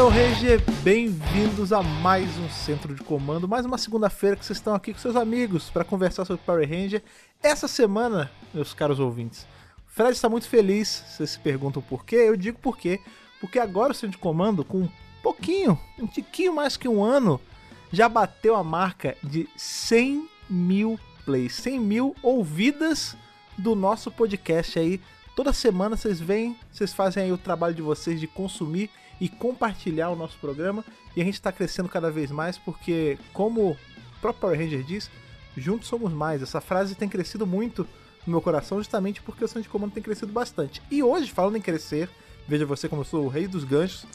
Power Ranger, bem-vindos a mais um Centro de Comando, mais uma segunda-feira que vocês estão aqui com seus amigos para conversar sobre Power Ranger. Essa semana, meus caros ouvintes, o Fred está muito feliz. Vocês se perguntam por quê? Eu digo por quê. Porque agora o Centro de Comando, com um tiquinho mais que um ano, já bateu a marca de 100 mil plays, 100 mil ouvidas do nosso podcast aí. Toda semana vocês vêm, vocês fazem aí o trabalho de vocês de consumir e compartilhar o nosso programa. E a gente está crescendo cada vez mais porque, como o próprio Power Ranger diz, juntos somos mais. Essa frase tem crescido muito no meu coração justamente porque o Centro de Comando tem crescido bastante. E hoje, falando em crescer, veja você como eu sou o rei dos ganchos,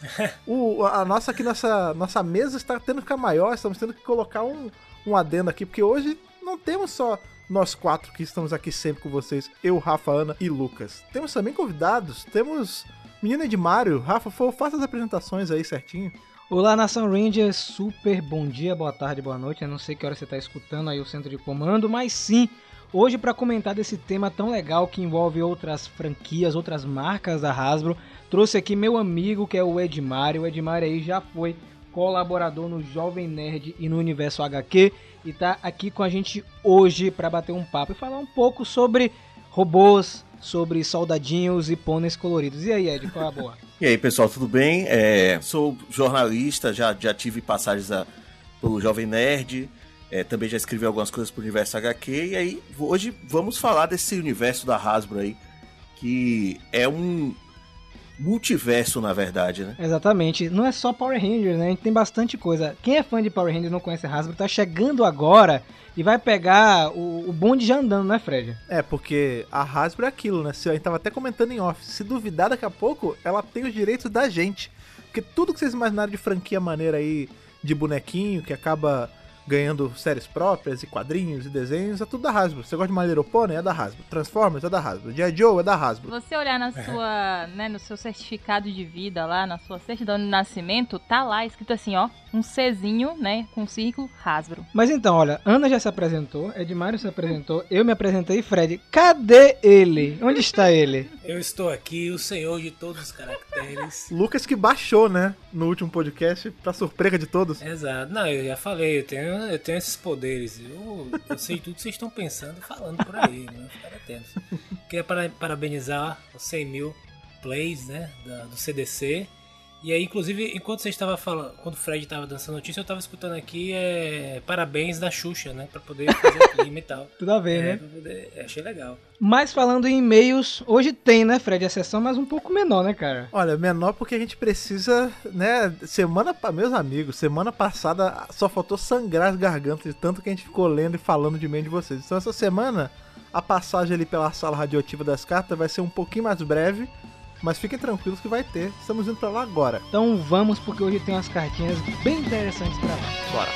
nossa mesa está tendo que ficar maior, estamos tendo que colocar um adendo aqui, porque hoje não temos só nós quatro que estamos aqui sempre com vocês, eu, Rafa, Ana e Lucas. Temos também convidados, temos menina Edmário. Rafa, faça as apresentações aí certinho. Olá, Nação Ranger, super bom dia, boa tarde, boa noite. Eu não sei que hora você está escutando aí o Centro de Comando, mas sim, hoje para comentar desse tema tão legal que envolve outras franquias, outras marcas da Hasbro, trouxe aqui meu amigo que é o Edmário. O Edmário aí já foi colaborador no Jovem Nerd e no Universo HQ e tá aqui com a gente hoje para bater um papo e falar um pouco sobre robôs, sobre soldadinhos e pôneis coloridos. E aí, Ed, qual é a boa? E aí, pessoal, tudo bem? Sou jornalista, já tive passagens pelo Jovem Nerd, também já escrevi algumas coisas pro Universo HQ, e aí hoje vamos falar desse universo da Hasbro aí, que é um multiverso, na verdade, né? Exatamente. Não é só Power Rangers, né? A gente tem bastante coisa. Quem é fã de Power Rangers e não conhece a Hasbro, tá chegando agora e vai pegar o bonde já andando, né, Fred? Porque a Hasbro é aquilo, né? A gente tava até comentando em off. Se duvidar, daqui a pouco, ela tem os direitos da gente. Porque tudo que vocês imaginaram de franquia maneira aí, de bonequinho, que acaba ganhando séries próprias e quadrinhos e desenhos, é tudo da Hasbro. Você gosta de My Little Pony? É da Hasbro. Transformers? É da Hasbro. G.I. Joe? É da Hasbro. Você olhar na sua, no seu certificado de vida lá, na sua certidão de nascimento, tá lá escrito assim, ó, um Czinho, né, com círculo Hasbro. Mas então, olha, Ana já se apresentou, Edmário se apresentou, eu me apresentei, Fred, cadê ele? Onde está ele? Eu estou aqui, o senhor de todos os caracteres. Lucas que baixou, né, no último podcast, pra surpresa de todos. Exato. Não, eu já falei, eu tenho esses poderes. Eu sei tudo que vocês estão pensando e falando por aí, né? Ficar atentos. Queria parabenizar os 100 mil plays, né, do CDC. E aí, inclusive, enquanto você estava falando, quando o Fred estava dando essa notícia, eu estava escutando aqui parabéns da Xuxa, né? Pra poder fazer o clima e tal. Tudo a ver, né? Achei legal. Mas falando em e-mails, hoje tem, né, Fred, a sessão, mas um pouco menor, né, cara? Olha, menor porque a gente precisa, né, meus amigos, semana passada só faltou sangrar as gargantas de tanto que a gente ficou lendo e falando de e-mail de vocês. Então essa semana, a passagem ali pela sala radioativa das cartas vai ser um pouquinho mais breve, mas fiquem tranquilos que vai ter. Estamos indo pra lá agora. Então vamos, porque hoje tem umas cartinhas bem interessantes pra lá. Bora.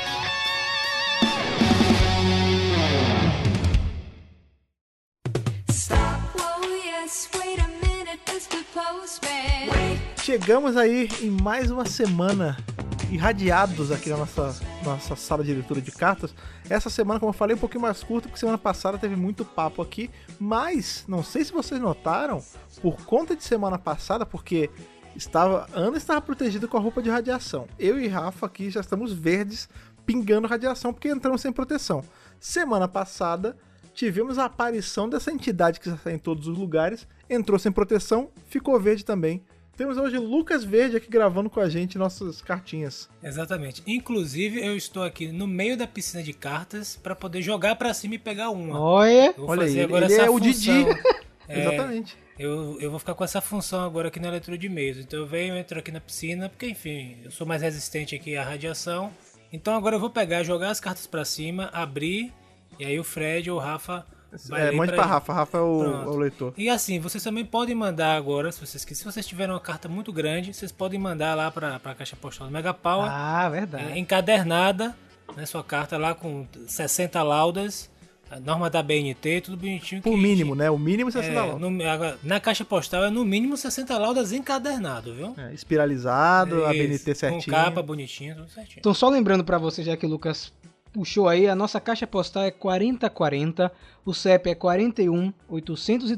Chegamos aí em mais uma semana irradiados aqui na nossa sala de leitura de cartas. Essa semana, como eu falei, um pouquinho mais curta, porque semana passada teve muito papo aqui, mas não sei se vocês notaram, por conta de semana passada, porque Ana estava protegida com a roupa de radiação. Eu e Rafa aqui já estamos verdes, pingando radiação, porque entramos sem proteção. Semana passada, tivemos a aparição dessa entidade que está em todos os lugares, entrou sem proteção, ficou verde também. Temos hoje Lucas Verde aqui gravando com a gente nossas cartinhas. Exatamente. Inclusive, eu estou aqui no meio da piscina de cartas para poder jogar para cima e pegar uma. Olha aí, ele é o Didi. Exatamente. Eu vou ficar com essa função agora aqui na leitura de e-mails. Então eu entro aqui na piscina, porque enfim, eu sou mais resistente aqui à radiação. Então agora eu vou jogar as cartas para cima, abrir, e aí o Fred ou o Rafa... mande pra Rafa, Rafa é o leitor. E assim, vocês também podem mandar agora, se vocês tiverem uma carta muito grande, vocês podem mandar lá pra caixa postal do Mega Power. Ah, verdade. Encadernada, né, sua carta lá com 60 laudas, a norma da BNT, tudo bonitinho. Por mínimo, né? O mínimo 60 laudas. Na caixa postal é no mínimo 60 laudas encadernado, viu? Espiralizado, a BNT certinho. Com capa bonitinha, tudo certinho. Então só lembrando pra você, já que o Lucas puxou aí, a nossa caixa postal é 4040, o CEP é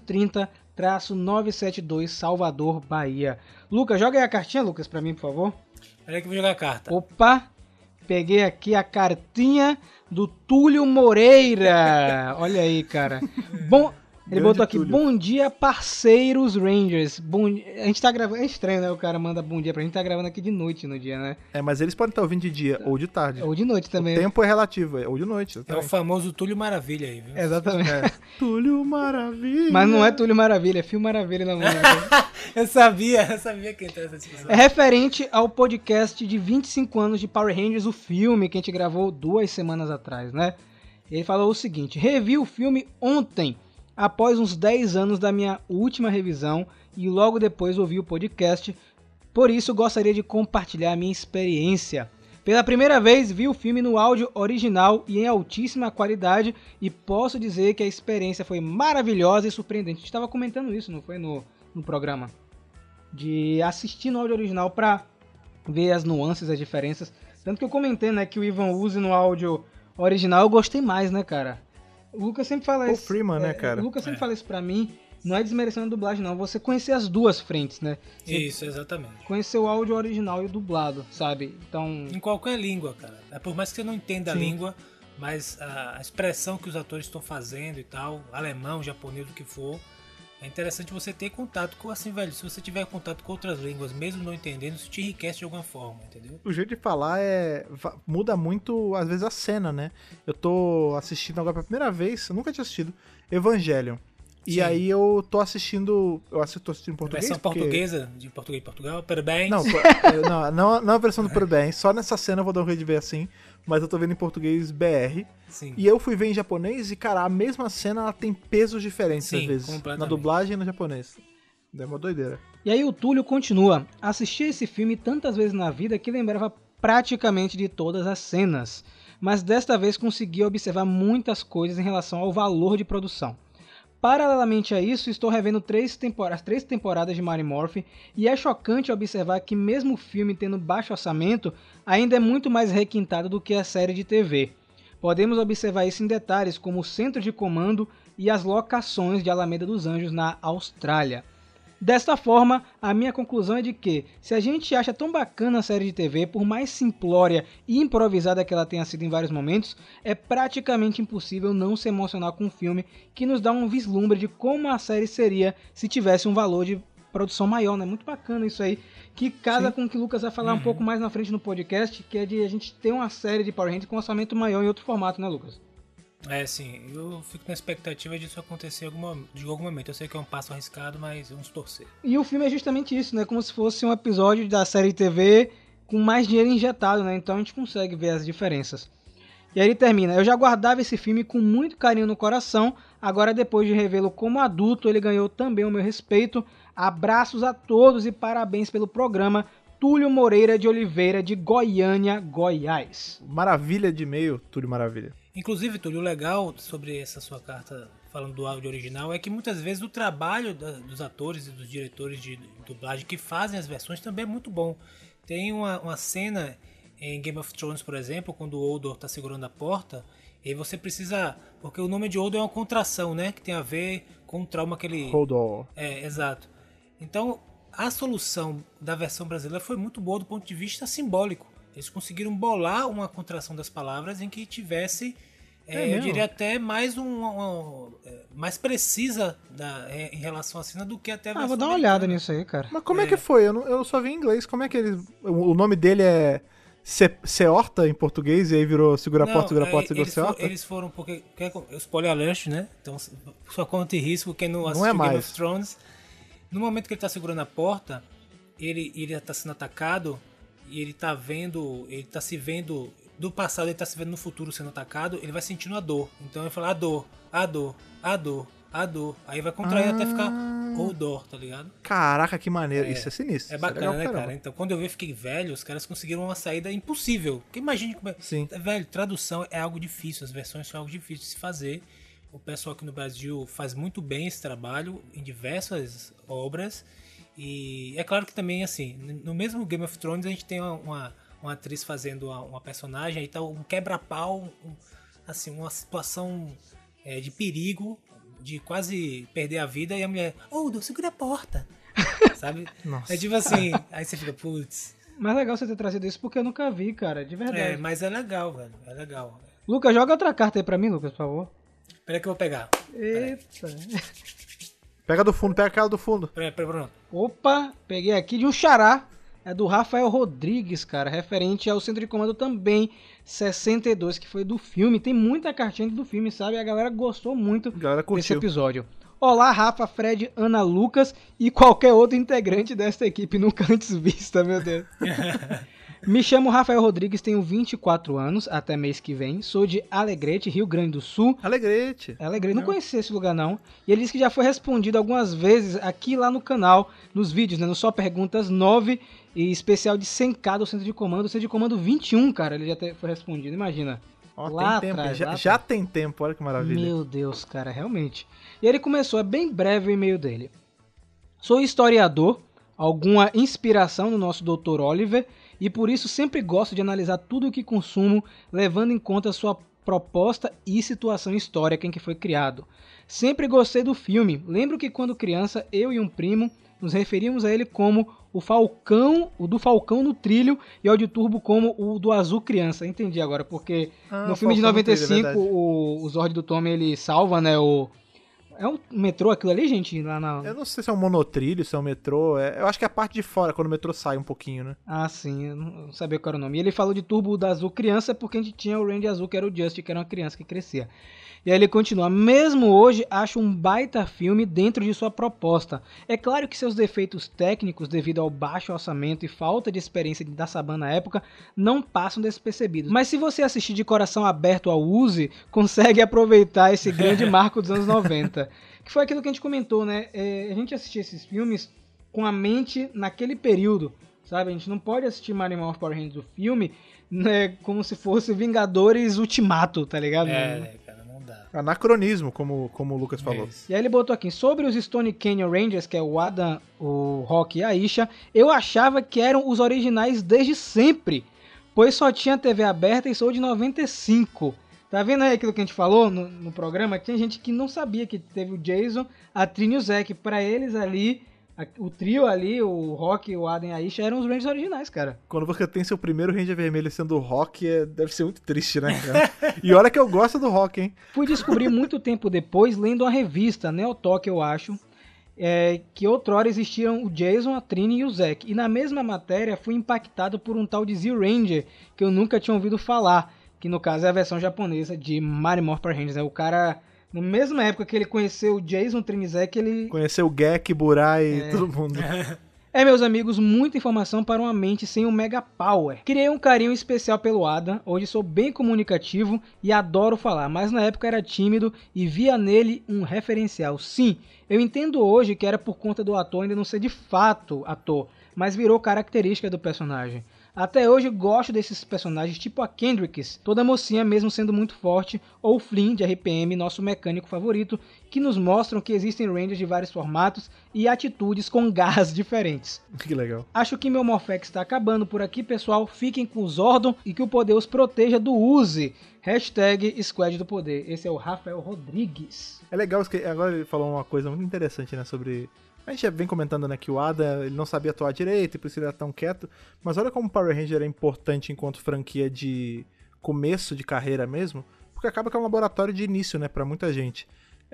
41-830-972, Salvador, Bahia. Lucas, joga aí a cartinha, Lucas, pra mim, por favor. Olha que eu vou jogar a carta. Opa! Peguei aqui a cartinha do Túlio Moreira. Olha aí, cara. Bom, ele botou aqui, Túlio. bom dia, parceiros Rangers. A gente tá gravando, é estranho, né? O cara manda bom dia pra gente, tá gravando aqui de noite no dia, né? Mas eles podem estar ouvindo de dia ou de tarde. Ou de noite também. O tempo é relativo, ou de noite. É o Exatamente. famoso Túlio Maravilha aí, viu? Exatamente. Túlio Maravilha. Mas não é Túlio Maravilha, é Fio Maravilha na música. Eu sabia que entrou essa discussão. É referente ao podcast de 25 anos de Power Rangers, o filme que a gente gravou 2 semanas atrás, né? Ele falou o seguinte: revi o filme ontem, após uns 10 anos da minha última revisão, e logo depois ouvi o podcast, por isso gostaria de compartilhar a minha experiência. Pela primeira vez vi o filme no áudio original e em altíssima qualidade, e posso dizer que a experiência foi maravilhosa e surpreendente. A gente estava comentando isso, não foi, no programa? De assistir no áudio original para ver as nuances, as diferenças. Tanto que eu comentei, né, que o Ivan use no áudio original, eu gostei mais, né, cara? O Lucas sempre fala Paul isso. Freeman, né, cara? O Lucas sempre fala isso pra mim. Não é desmerecendo a dublagem, não. Você conhecer as duas frentes, né? Você Isso, exatamente. conhecer o áudio original e o dublado, sabe? Então, Em qualquer língua, cara. É por mais que você não entenda a Sim. língua, mas a expressão que os atores estão fazendo e tal, alemão, japonês, o que for, é interessante você ter contato com, assim, velho, se você tiver contato com outras línguas, mesmo não entendendo, isso te enriquece de alguma forma, entendeu? O jeito de falar muda muito, às vezes, a cena, né? Eu tô assistindo agora pela primeira vez, eu nunca tinha assistido, Evangelion. E Sim. aí eu tô assistindo. Tô assistindo em A português. versão porque- portuguesa, de português de Portugal, parabéns. Não a versão do Por Bem. Só nessa cena eu vou dar um jeito de ver assim. Mas eu tô vendo em português BR. Sim. E eu fui ver em japonês e, cara, a mesma cena ela tem pesos diferentes Sim, às vezes. completamente. Na dublagem e no japonês. É uma doideira. e aí o Túlio continua. Assisti esse filme tantas vezes na vida que lembrava praticamente de todas as cenas. Mas desta vez consegui observar muitas coisas em relação ao valor de produção. Paralelamente a isso, estou revendo as 3 temporadas de Mighty Morphin e é chocante observar que mesmo o filme tendo baixo orçamento, ainda é muito mais requintado do que a série de TV. Podemos observar isso em detalhes como o centro de comando e as locações de Alameda dos Anjos na Austrália. Desta forma, a minha conclusão é de que, se a gente acha tão bacana a série de TV, por mais simplória e improvisada que ela tenha sido em vários momentos, é praticamente impossível não se emocionar com um filme que nos dá um vislumbre de como a série seria se tivesse um valor de produção maior, né? Muito bacana isso aí, que casa com o que o Lucas vai falar um pouco mais na frente no podcast, que é de a gente ter uma série de Power Rangers com orçamento maior em outro formato, né, Lucas? É, sim, eu fico na expectativa disso acontecer de algum momento. Eu sei que é um passo arriscado, mas vamos torcer. E o filme é justamente isso, né? Como se fosse um episódio da série TV com mais dinheiro injetado, né? Então a gente consegue ver as diferenças. E aí ele termina: eu já guardava esse filme com muito carinho no coração, agora depois de revê-lo como adulto, ele ganhou também o meu respeito. Abraços a todos e parabéns pelo programa. Túlio Moreira de Oliveira, de Goiânia, Goiás. Maravilha de e-mail, Túlio Maravilha. Inclusive, Túlio, o legal sobre essa sua carta falando do áudio original é que muitas vezes o trabalho dos atores e dos diretores de dublagem que fazem as versões também é muito bom. Tem uma cena em Game of Thrones, por exemplo, quando o Hodor está segurando a porta, e aí você precisa... Porque o nome de Hodor é uma contração, né? Que tem a ver com o trauma que ele... Hodor. É, exato. Então, a solução da versão brasileira foi muito boa do ponto de vista simbólico. Eles conseguiram bolar uma contração das palavras em que tivesse, eu mesmo? diria até mais mais precisa em relação à cena do que até a versão Vou dar uma olhada americana. nisso aí, cara. Mas como é que foi? Eu só vi em inglês. Como é que ele... O nome dele é Seorta em português e aí virou Segura a Porta, Segura a Porta, Segura a Seorta? Eles foram porque... Spoiler alert, né? Então, sua conta e risco, quem não assistiu é Game mais. of Thrones. No momento que ele tá segurando a porta, ele tá sendo atacado e ele tá se vendo do passado, ele tá se vendo no futuro sendo atacado, ele vai sentindo a dor. Então ele fala a dor, a dor, a dor, a dor. Aí vai contrair até ficar Hodor, tá ligado? Caraca, que maneiro. Isso é sinistro. É Isso bacana, legal né, pra cara? caramba. Então quando eu vi, fiquei velho, os caras conseguiram uma saída impossível. Porque imagine como é. Sim. Velho, tradução é algo difícil, as versões são algo difícil de se fazer. O pessoal aqui no Brasil faz muito bem esse trabalho em diversas obras. E é claro que também, assim, no mesmo Game of Thrones a gente tem uma atriz fazendo uma personagem, aí tá um quebra-pau, assim, uma situação de perigo, de quase perder a vida, e a mulher, Hodor, segura a porta, sabe? Nossa. É tipo assim, aí você fica, putz, Mas legal você ter trazido isso porque eu nunca vi, cara, de verdade. É, mas é legal, velho. É legal. Lucas, joga outra carta aí pra mim, Lucas, por favor. Peraí que eu vou pegar. Eita. Pega do fundo, pega aquela do fundo. Peraí, pronto. Opa, peguei aqui de um xará. É do Rafael Rodrigues, cara, referente ao Centro de Comando também, 62, que foi do filme. Tem muita cartinha do filme, sabe? A galera gostou muito desse episódio. Olá, Rafa, Fred, Ana, Lucas e qualquer outro integrante desta equipe nunca antes vista, meu Deus. Me chamo Rafael Rodrigues, tenho 24 anos, até mês que vem. Sou de Alegrete, Rio Grande do Sul. Alegrete. Não conhecia esse lugar, não. E ele disse que já foi respondido algumas vezes aqui lá no canal, nos vídeos, né? No Só Perguntas 9 e especial de 100k do Centro de Comando. O Centro de Comando 21, cara, ele já foi respondido, imagina. Ó, lá tem tempo, atrás, já tem tempo, olha que maravilha. Meu Deus, cara, realmente. E ele começou, é bem breve o e-mail dele. Sou historiador, alguma inspiração no nosso Dr. Oliver, e por isso sempre gosto de analisar tudo o que consumo, levando em conta sua proposta e situação histórica em que foi criado. Sempre gostei do filme. Lembro que quando criança, eu e um primo nos referíamos a ele como o Falcão, o do Falcão no Trilho, e ao de Turbo como o do Azul Criança. Entendi agora, porque no filme de 95, o Zord do Tommy, ele salva, né, É um metrô aquilo ali, gente? Lá na... Eu não sei se é um monotrilho, se é um metrô. Eu acho que é a parte de fora, quando o metrô sai um pouquinho, né? Ah, sim. Eu não sabia qual era o nome. E ele falou de Turbo da Azul Criança porque a gente tinha o Randy Azul, que era o Just, que era uma criança que crescia. E aí ele continua. Mesmo hoje, acho um baita filme dentro de sua proposta. É claro que seus defeitos técnicos, devido ao baixo orçamento e falta de experiência da Saban na época, não passam despercebidos. Mas se você assistir de coração aberto ao Uzi, consegue aproveitar esse grande marco dos anos 90. Que foi aquilo que a gente comentou, né? A gente assistia esses filmes com a mente naquele período, sabe? A gente não pode assistir Mighty Morphin Power Rangers do filme, né, como se fosse Vingadores Ultimato, tá ligado? Cara, não dá. Anacronismo, como o Lucas falou. E aí ele botou aqui, sobre os Stone Canyon Rangers, que é o Adam, o Rock e a Isha, eu achava que eram os originais desde sempre, pois só tinha TV aberta e sou de 95. Tá vendo aí aquilo que a gente falou no programa? Tinha gente que não sabia que teve o Jason, a Trini e o Zack. Pra eles ali, o trio ali, o Rock, o Adam e a Isha, eram os Rangers originais, cara. Quando você tem seu primeiro Ranger vermelho sendo o Rock, deve ser muito triste, né, cara? E olha que eu gosto do Rock, hein? Fui descobrir muito tempo depois, lendo uma revista, Neotalk, eu acho, que outrora existiam o Jason, a Trini e o Zack. E na mesma matéria, fui impactado por um tal de Z-Ranger, que eu nunca tinha ouvido falar. Que no caso é a versão japonesa de Mighty Morphin Power Rangers, né? O cara, na mesma época que ele conheceu o Jason Trinizek, ele... Conheceu o Gek, Burai e todo mundo. Meus amigos, muita informação para uma mente sem um Mega Power. Criei um carinho especial pelo Adam, hoje sou bem comunicativo e adoro falar, mas na época era tímido e via nele um referencial. Sim, eu entendo hoje que era por conta do ator ainda não ser de fato ator, mas virou característica do personagem. Até hoje gosto desses personagens tipo a Kendricks, toda mocinha mesmo sendo muito forte, ou o Flynn de RPM, nosso mecânico favorito, que nos mostram que existem Rangers de vários formatos e atitudes com garras diferentes. Que legal. Acho que meu Morphex está acabando por aqui, pessoal. Fiquem com o Zordon e que o poder os proteja do Uzi. Hashtag Squad do Poder. Esse é o Rafael Rodrigues. É legal, que agora ele falou uma coisa muito interessante, né, sobre... A gente já vem comentando, né, que o Adam, ele não sabia atuar direito e por isso ele era tão quieto, mas olha como o Power Ranger é importante enquanto franquia de começo de carreira mesmo, porque acaba que é um laboratório de início, né, pra muita gente.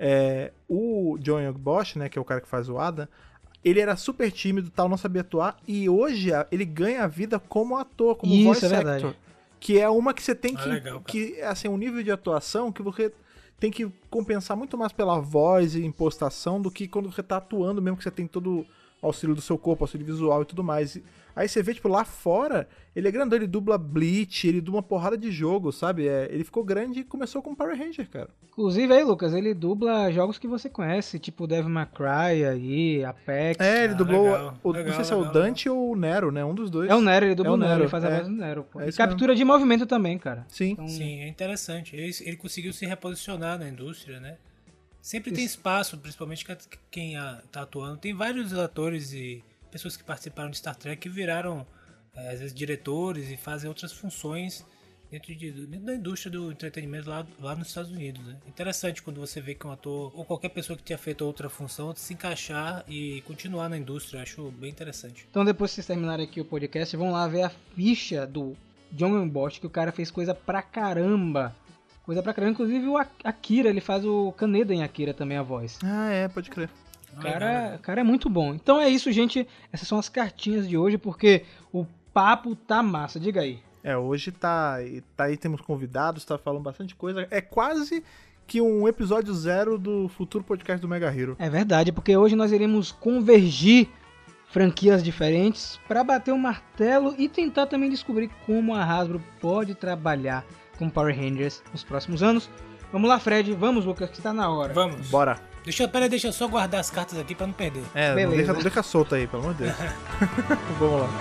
O John Young Bosch, né, que é o cara que faz o Adam, ele era super tímido, tal, não sabia atuar, e hoje ele ganha a vida como ator, como voice actor, que é uma que você tem que, legal, que assim, um nível de atuação que você tem que compensar muito mais pela voz e impostação do que quando você tá atuando mesmo, que você tem todo o auxílio do seu corpo, auxílio visual e tudo mais. Aí você vê, tipo, lá fora, ele é grandão, ele dubla Bleach, ele dubla uma porrada de jogo, sabe? Ele ficou grande e começou com Power Ranger, cara. Inclusive aí, Lucas, ele dubla jogos que você conhece, tipo Devil May Cry aí, Apex. Ele dublou, legal, não sei se é o Dante ou o Nero, né? Um dos dois. É o Nero, ele dubla o Nero, ele faz a voz do Nero. Pô. E captura de movimento também, cara. Sim. Então... Sim, é interessante. Ele conseguiu se reposicionar na indústria, né? Sempre tem espaço, principalmente quem tá atuando. Tem vários atores e pessoas que participaram de Star Trek que viraram, às vezes, diretores e fazem outras funções dentro da indústria do entretenimento lá nos Estados Unidos, né? Interessante quando você vê que um ator ou qualquer pessoa que tinha feito outra função se encaixar e continuar na indústria. Eu acho bem interessante. Então depois que vocês terminarem aqui o podcast, vão lá ver a ficha do John Bosch, que o cara fez coisa pra caramba. Inclusive o Akira, ele faz o Kaneda em Akira também, a voz. Pode crer. O cara é muito bom. Então é isso, gente. Essas são as cartinhas de hoje, porque o papo tá massa. Diga aí. Hoje tá aí, temos convidados, tá falando bastante coisa. É quase que um episódio 0 do futuro podcast do Mega Hero. É verdade, porque hoje nós iremos convergir franquias diferentes para bater o martelo e tentar também descobrir como a Hasbro pode trabalhar com Power Rangers nos próximos anos. Vamos lá, Fred. Vamos, Lucas, que está na hora. Vamos. Bora. Deixa eu só guardar as cartas aqui para não perder. Beleza. Deixa solto aí, pelo amor de Deus. Vamos lá.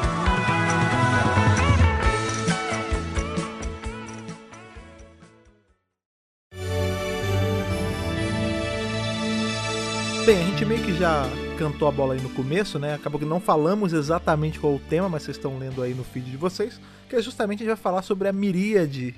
Bem, a gente meio que já cantou a bola aí no começo, né? Acabou que não falamos exatamente qual é o tema, mas vocês estão lendo aí no feed de vocês, que é justamente a gente vai falar sobre a miríade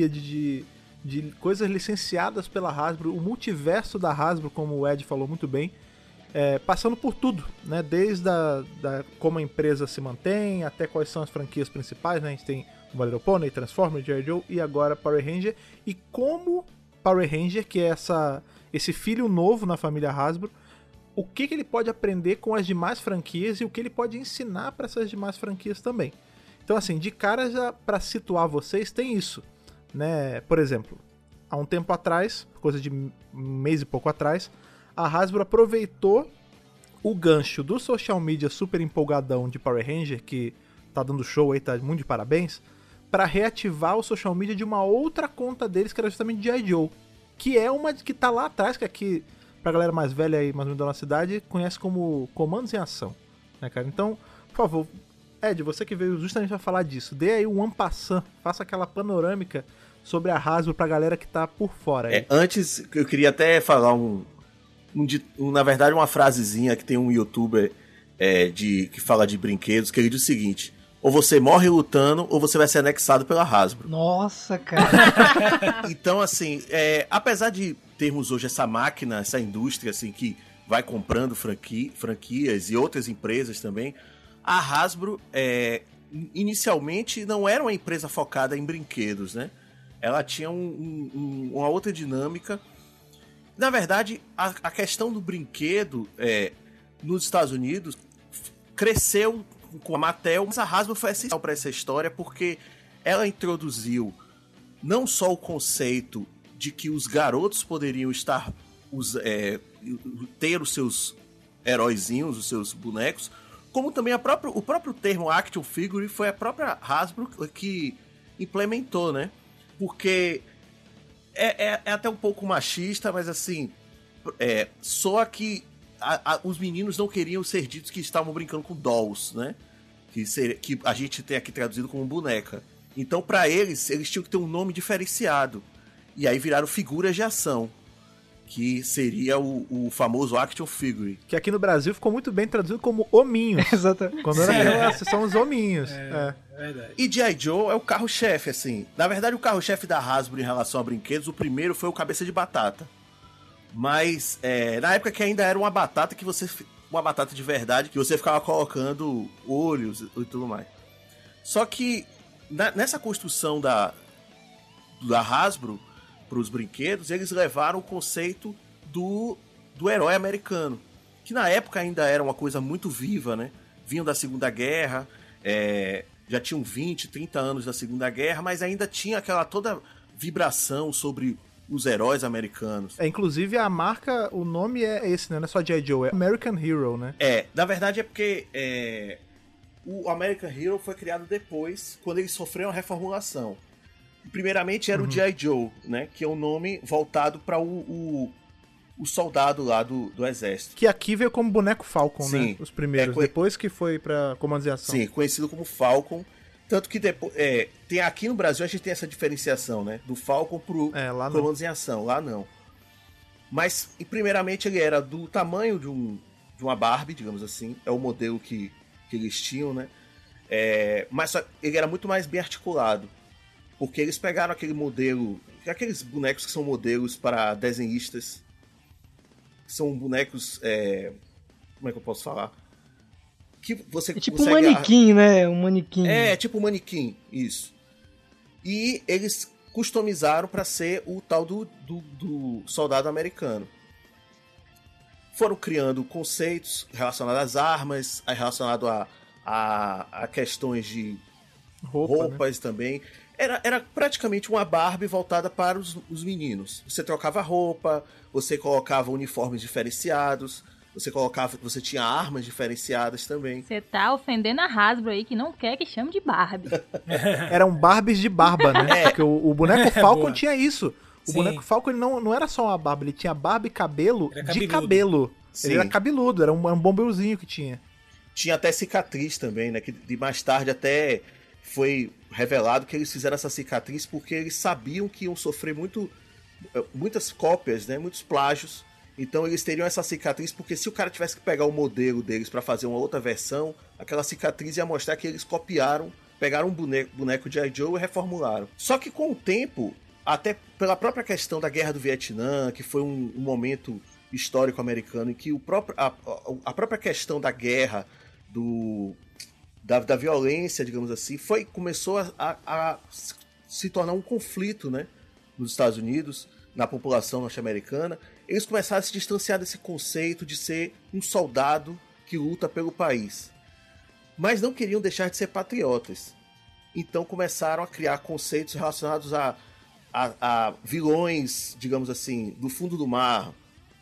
de coisas licenciadas pela Hasbro, o multiverso da Hasbro, como o Ed falou muito bem, passando por tudo, né? Desde como a empresa se mantém, até quais são as franquias principais, né? A gente tem o My Little Pony, Transformers, G.I. Joe e agora Power Ranger, e como Power Ranger, que é esse filho novo na família Hasbro, o que ele pode aprender com as demais franquias e o que ele pode ensinar para essas demais franquias também. Então, assim, de cara, já para situar vocês, tem isso, né? Por exemplo, há um tempo atrás, coisa de um mês e pouco atrás, a Hasbro aproveitou o gancho do social media super empolgadão de Power Ranger, que tá dando show aí, tá muito de parabéns, para reativar o social media de uma outra conta deles, que era justamente G.I. Joe, que é uma que tá lá atrás, que aqui, pra galera mais velha aí, mais ou menos da nossa cidade, conhece como Comandos em Ação, né, cara? Então, por favor, Ed, você que veio justamente pra falar disso, dê aí um en passant, faça aquela panorâmica sobre a Hasbro pra galera que tá por fora aí. Antes, eu queria até falar na verdade, uma frasezinha que tem um youtuber que fala de brinquedos, que ele diz o seguinte: ou você morre lutando, ou você vai ser anexado pela Hasbro. Nossa, cara. Então, assim, apesar de termos hoje essa máquina, essa indústria, assim, que vai comprando franquias e outras empresas também, a Hasbro, inicialmente, não era uma empresa focada em brinquedos, né? Ela tinha uma outra dinâmica. Na verdade, a questão do brinquedo nos Estados Unidos cresceu com a Mattel, mas a Hasbro foi essencial para essa história porque ela introduziu não só o conceito de que os garotos poderiam ter os seus heróizinhos, os seus bonecos, como também o próprio termo Action Figure foi a própria Hasbro que implementou, né? Porque é até um pouco machista, mas assim, só que os meninos não queriam ser ditos que estavam brincando com dolls, né? Que a gente tem aqui traduzido como boneca. Então, pra eles tinham que ter um nome diferenciado. E aí viraram figuras de ação, que seria o famoso Action Figure. Que aqui no Brasil ficou muito bem traduzido como hominhos. Exatamente. Quando era são os hominhos. Verdade. E G.I. Joe é o carro-chefe, assim. Na verdade, o carro-chefe da Hasbro em relação a brinquedos, o primeiro foi o Cabeça de Batata. Mas, na época que ainda era uma batata uma batata de verdade, que você ficava colocando olhos e tudo mais. Só que, nessa construção da Hasbro para os brinquedos, eles levaram o conceito do herói americano, que na época ainda era uma coisa muito viva, né? Vinham da Segunda Guerra, já tinham 20, 30 anos da Segunda Guerra, mas ainda tinha aquela toda vibração sobre os heróis americanos. Inclusive a marca, o nome é esse, né? Não é só G.I. Joe, é American Hero, né? Na verdade é porque o American Hero foi criado depois, quando eles sofreram a reformulação. Primeiramente era o G.I. Joe, né? Que é um nome voltado para o soldado lá do exército. Que aqui veio como boneco Falcon, Sim, né? Os primeiros, depois que foi pra Comandos em Ação. Sim, conhecido como Falcon. Tanto que depois, tem aqui no Brasil a gente tem essa diferenciação, né? Do Falcon pro Comandos em Ação. Lá não. Mas, primeiramente, ele era do tamanho de uma Barbie, digamos assim. É o modelo que eles tinham, né? Mas ele era muito mais bem articulado. porque eles pegaram aquele modelo, aqueles bonecos que são modelos para desenhistas, são bonecos, como é que eu posso falar? Que você é tipo um manequim, né? Um manequim. É, tipo um manequim, isso. E eles customizaram para ser o tal do soldado americano. Foram criando conceitos relacionados às armas, relacionado a questões de roupas, né? Também. Era praticamente uma Barbie voltada para os meninos. Você trocava roupa, você colocava uniformes diferenciados, você tinha armas diferenciadas também. Você tá ofendendo a Hasbro aí, que não quer que chame de Barbie. Eram Barbies de barba, né? Porque o boneco Falcon tinha isso. O boneco Falcon ele não era só uma barba, ele tinha barba e cabelo de cabelo. Sim. Ele era cabeludo, era um bombeuzinho que tinha. Tinha até cicatriz também, né? Que de mais tarde até foi revelado que eles fizeram essa cicatriz porque eles sabiam que iam sofrer muitas cópias, né? Muitos plágios. Então eles teriam essa cicatriz porque se o cara tivesse que pegar o modelo deles para fazer uma outra versão, aquela cicatriz ia mostrar que eles pegaram um boneco de G.I. Joe e reformularam. Só que com o tempo, até pela própria questão da Guerra do Vietnã, que foi um momento histórico americano em que a própria questão da guerra, da violência, digamos assim, começou a se tornar um conflito, né, nos Estados Unidos, na população norte-americana. Eles começaram a se distanciar desse conceito de ser um soldado que luta pelo país. Mas não queriam deixar de ser patriotas. Então começaram a criar conceitos relacionados a vilões, digamos assim, do fundo do mar.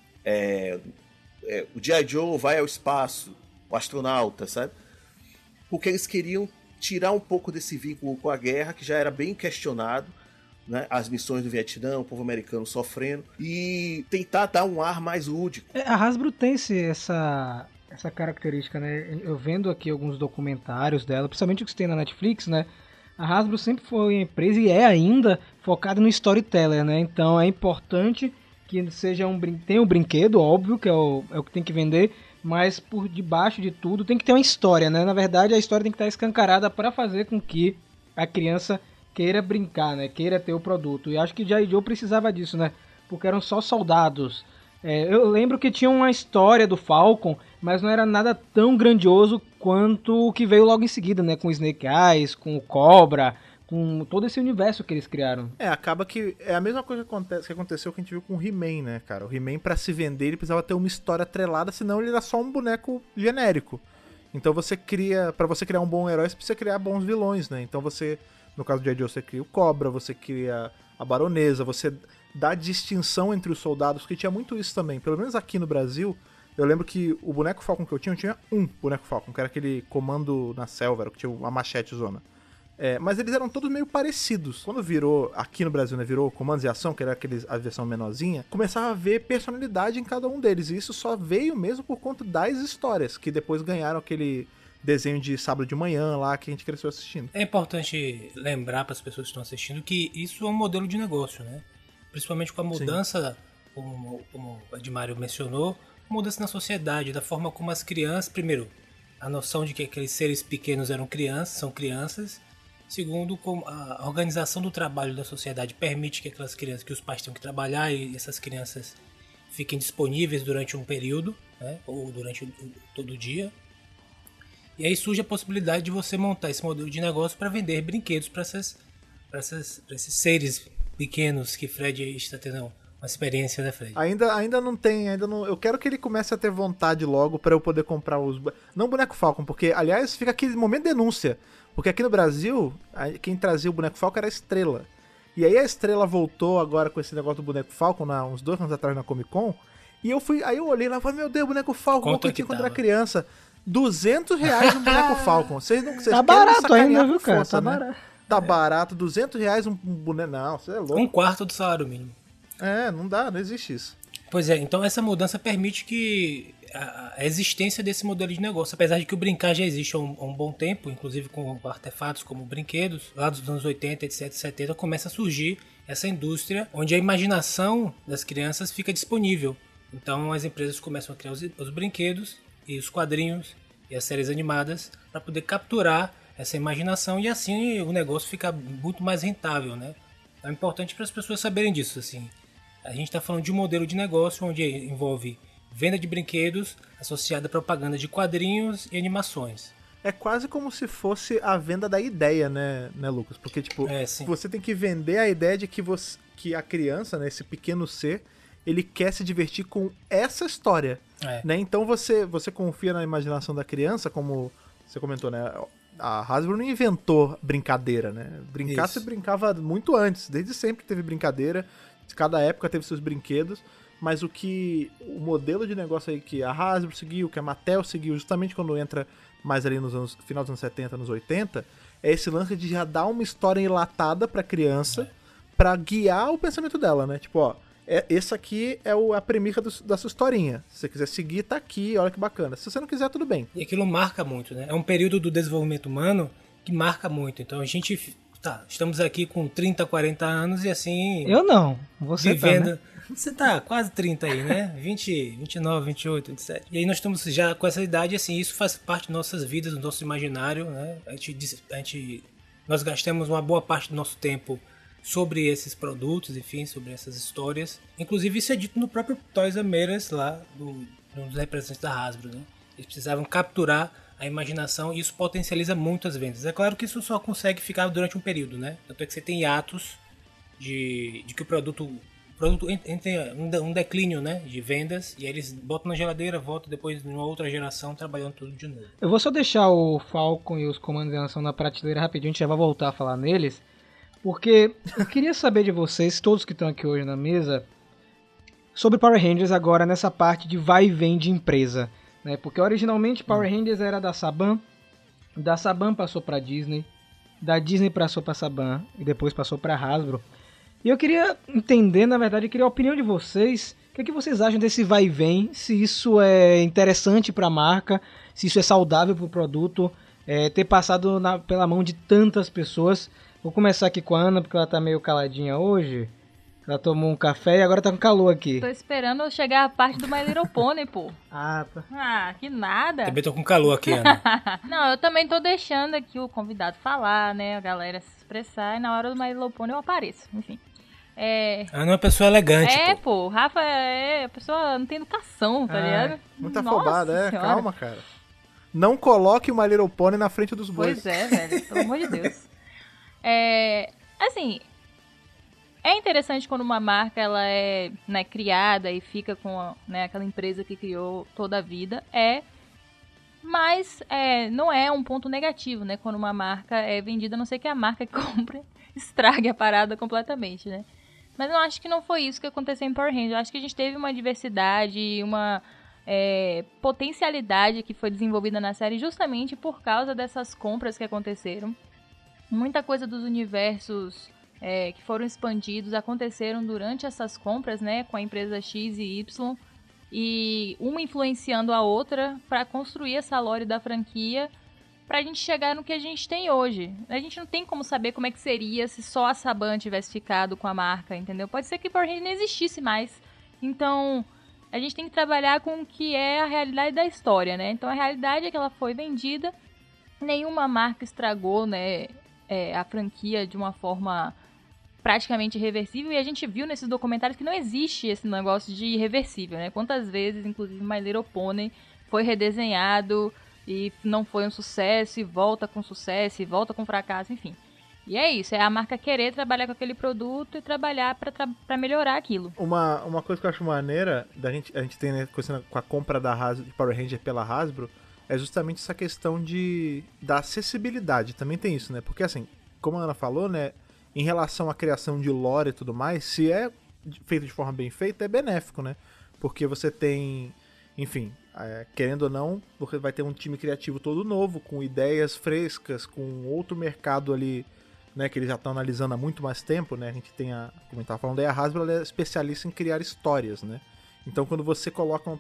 O G.I. Joe vai ao espaço, o astronauta, sabe? Porque eles queriam tirar um pouco desse vínculo com a guerra, que já era bem questionado, né? As missões do Vietnã, o povo americano sofrendo, e tentar dar um ar mais lúdico. A Hasbro tem essa característica, né? Eu vendo aqui alguns documentários dela, principalmente os que tem na Netflix, né? A Hasbro sempre foi uma empresa e é ainda focada no storyteller, né? Então é importante que seja tenha um brinquedo, óbvio, que é o que tem que vender, mas por debaixo de tudo tem que ter uma história, né? Na verdade, a história tem que estar escancarada para fazer com que a criança queira brincar, né? Queira ter o produto. E acho que G.I. Joe precisava disso, né? Porque eram só soldados. Eu lembro que tinha uma história do Falcon, mas não era nada tão grandioso quanto o que veio logo em seguida, né? Com o Snake Eyes, com o Cobra, com todo esse universo que eles criaram. Acaba que é a mesma coisa que aconteceu que a gente viu com o He-Man, né, cara? O He-Man, pra se vender, ele precisava ter uma história atrelada, senão ele era só um boneco genérico. Então pra você criar um bom herói, você precisa criar bons vilões, né? Então no caso do G.I. Joe, você cria o Cobra, você cria a Baronesa, você dá distinção entre os soldados, que tinha muito isso também. Pelo menos aqui no Brasil, eu lembro que o boneco Falcon que eu tinha um boneco Falcon, que era aquele comando na selva, que tinha uma machete zona. Mas eles eram todos meio parecidos. Quando virou, aqui no Brasil, né, virou Comandos e Ação, que era a versão menorzinha, começava a ver personalidade em cada um deles. E isso só veio mesmo por conta das histórias, que depois ganharam aquele desenho de sábado de manhã lá, que a gente cresceu assistindo. É importante lembrar para as pessoas que estão assistindo que isso é um modelo de negócio, né? Principalmente com a mudança, como o Edmário mencionou, mudança na sociedade, da forma como as crianças, primeiro, a noção de que aqueles seres pequenos são crianças. Segundo, como a organização do trabalho da sociedade permite que aquelas crianças, que os pais tenham que trabalhar e essas crianças fiquem disponíveis durante um período, né, ou durante todo o dia. E aí surge a possibilidade de você montar esse modelo de negócio para vender brinquedos para esses seres pequenos que Fred está tendo uma experiência, né, Fred? Ainda não tem, eu quero que ele comece a ter vontade logo para eu poder comprar não o boneco Falcon, porque, aliás, fica aqui momento de denúncia. Porque aqui no Brasil, quem trazia o boneco Falcon era a Estrela. E aí a Estrela voltou agora com esse negócio do boneco Falcon, uns 2 anos atrás na Comic Con. E aí eu olhei lá e falei, meu Deus, boneco Falcon, eu tinha quando era criança. R$200 um boneco Falcon. Vocês tá barato ainda, viu, cara? Força, tá né? barato. Tá barato, R$200 um boneco. Não, você é louco. 1/4 do salário mínimo. Não dá, não existe isso. Pois é, então essa mudança permite que a existência desse modelo de negócio, apesar de que o brincar já existe há um bom tempo, inclusive com artefatos como brinquedos, lá dos anos 80, etc, 70, começa a surgir essa indústria onde a imaginação das crianças fica disponível. Então as empresas começam a criar os brinquedos e os quadrinhos e as séries animadas para poder capturar essa imaginação e assim o negócio fica muito mais rentável, né? É importante para as pessoas saberem disso, assim. A gente está falando de um modelo de negócio onde envolve venda de brinquedos associada a propaganda de quadrinhos e animações. É quase como se fosse a venda da ideia, né, Lucas? Porque, tipo, você tem que vender a ideia de que a criança, né, esse pequeno ser, ele quer se divertir com essa história, né? Então você confia na imaginação da criança, como você comentou, né? A Hasbro não inventou brincadeira, né? Brincar se brincava muito antes, desde sempre teve brincadeira, cada época teve seus brinquedos, mas o modelo de negócio aí que a Hasbro seguiu, que a Mattel seguiu, justamente quando entra mais ali nos anos, final dos anos 70, anos 80, é esse lance de já dar uma história enlatada pra criança, pra guiar o pensamento dela, né? Tipo, ó, esse aqui é a premissa da sua historinha. Se você quiser seguir, tá aqui, olha que bacana. Se você não quiser, tudo bem. E aquilo marca muito, né? É um período do desenvolvimento humano que marca muito. Então a gente, estamos aqui com 30, 40 anos e assim... Eu não, você vivendo... tá, né? Você tá quase 30 aí, né? 20, 29, 28, 27. E aí nós estamos já com essa idade, assim, isso faz parte de nossas vidas, do nosso imaginário, né? Nós gastamos uma boa parte do nosso tempo sobre esses produtos, enfim, sobre essas histórias. Inclusive isso é dito no próprio Toys R Us lá, dos representantes da Hasbro, né? Eles precisavam capturar a imaginação e isso potencializa muito as vendas. É claro que isso só consegue ficar durante um período, né? Tanto é que você tem hiatos de que o produto entra um declínio, né, de vendas, e aí eles botam na geladeira, voltam depois numa outra geração trabalhando tudo de novo. Eu vou só deixar o Falcon e os comandos em ação na prateleira rapidinho, a gente já vai voltar a falar neles, porque eu queria saber de vocês, todos que estão aqui hoje na mesa, sobre Power Rangers agora nessa parte de vai e vem de empresa, né, porque originalmente Power Rangers era da Saban passou pra Disney, da Disney passou pra Saban e depois passou pra Hasbro. E eu queria entender, na verdade, eu queria a opinião de vocês. O que é que vocês acham desse vai e vem? Se isso é interessante para a marca, se isso é saudável para o produto, ter passado pela mão de tantas pessoas. Vou começar aqui com a Ana, porque ela tá meio caladinha hoje. Ela tomou um café e agora tá com calor aqui. Tô esperando chegar a parte do My Little Pony, pô. Ah, tá. Ah, que nada. Também tô com calor aqui, Ana. Não, eu também tô deixando aqui o convidado falar, né? A galera se expressar. E na hora do My Little Pony eu apareço, enfim. Ana é uma pessoa elegante, pô. O Rafa a pessoa não tem educação, tá ligado? Muito afobada, calma, cara. Não coloque o My Little Pony na frente dos bois. Pois é, velho, pelo amor de Deus. Assim, é interessante quando uma marca, ela é, né, criada e fica com, né, aquela empresa que criou toda a vida, mas não é um ponto negativo, né, quando uma marca é vendida, a não ser que a marca que compre estrague a parada completamente, né. Mas eu acho que não foi isso que aconteceu em Power Rangers. Eu acho que a gente teve uma diversidade, uma potencialidade que foi desenvolvida na série justamente por causa dessas compras que aconteceram. Muita coisa dos universos que foram expandidos aconteceram durante essas compras, né, com a empresa X e Y, e uma influenciando a outra para construir essa lore da franquia, pra gente chegar no que a gente tem hoje. A gente não tem como saber como é que seria se só a Saban tivesse ficado com a marca, entendeu? Pode ser que Power Rangers não existisse mais. Então, a gente tem que trabalhar com o que é a realidade da história, né? Então, a realidade é que ela foi vendida, nenhuma marca estragou, né, a franquia de uma forma praticamente irreversível, e a gente viu nesses documentários que não existe esse negócio de irreversível, né? Quantas vezes, inclusive, My Little Pony foi redesenhado e não foi um sucesso, e volta com sucesso, e volta com fracasso, enfim. E é isso, é a marca querer trabalhar com aquele produto e trabalhar pra melhorar aquilo. Uma coisa que eu acho maneira, a gente tem, né, com a compra da Hasbro, de Power Ranger pela Hasbro, é justamente essa questão da acessibilidade. Também tem isso, né? Porque assim, como a Ana falou, né, em relação à criação de lore e tudo mais, se é feito de forma bem feita, é benéfico, né? Porque você tem, enfim, querendo ou não, você vai ter um time criativo todo novo, com ideias frescas, com outro mercado ali, né, que eles já estão analisando há muito mais tempo, né? A gente tem como a gente estava falando, a Hasbro, ela é especialista em criar histórias, né? Então quando você coloca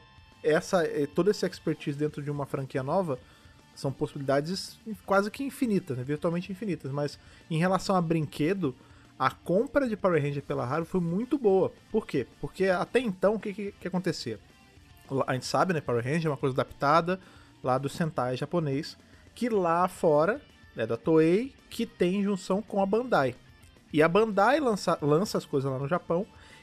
toda essa expertise dentro de uma franquia nova, são possibilidades quase que infinitas, né? Virtualmente infinitas, mas em relação a brinquedo, a compra de Power Ranger pela Hasbro foi muito boa. Por quê? Porque até então, o que acontecia? A gente sabe, né, Power Ranger é uma coisa adaptada lá do Sentai japonês, que lá fora, é da Toei, que tem junção com a Bandai. E a Bandai lança as coisas lá no Japão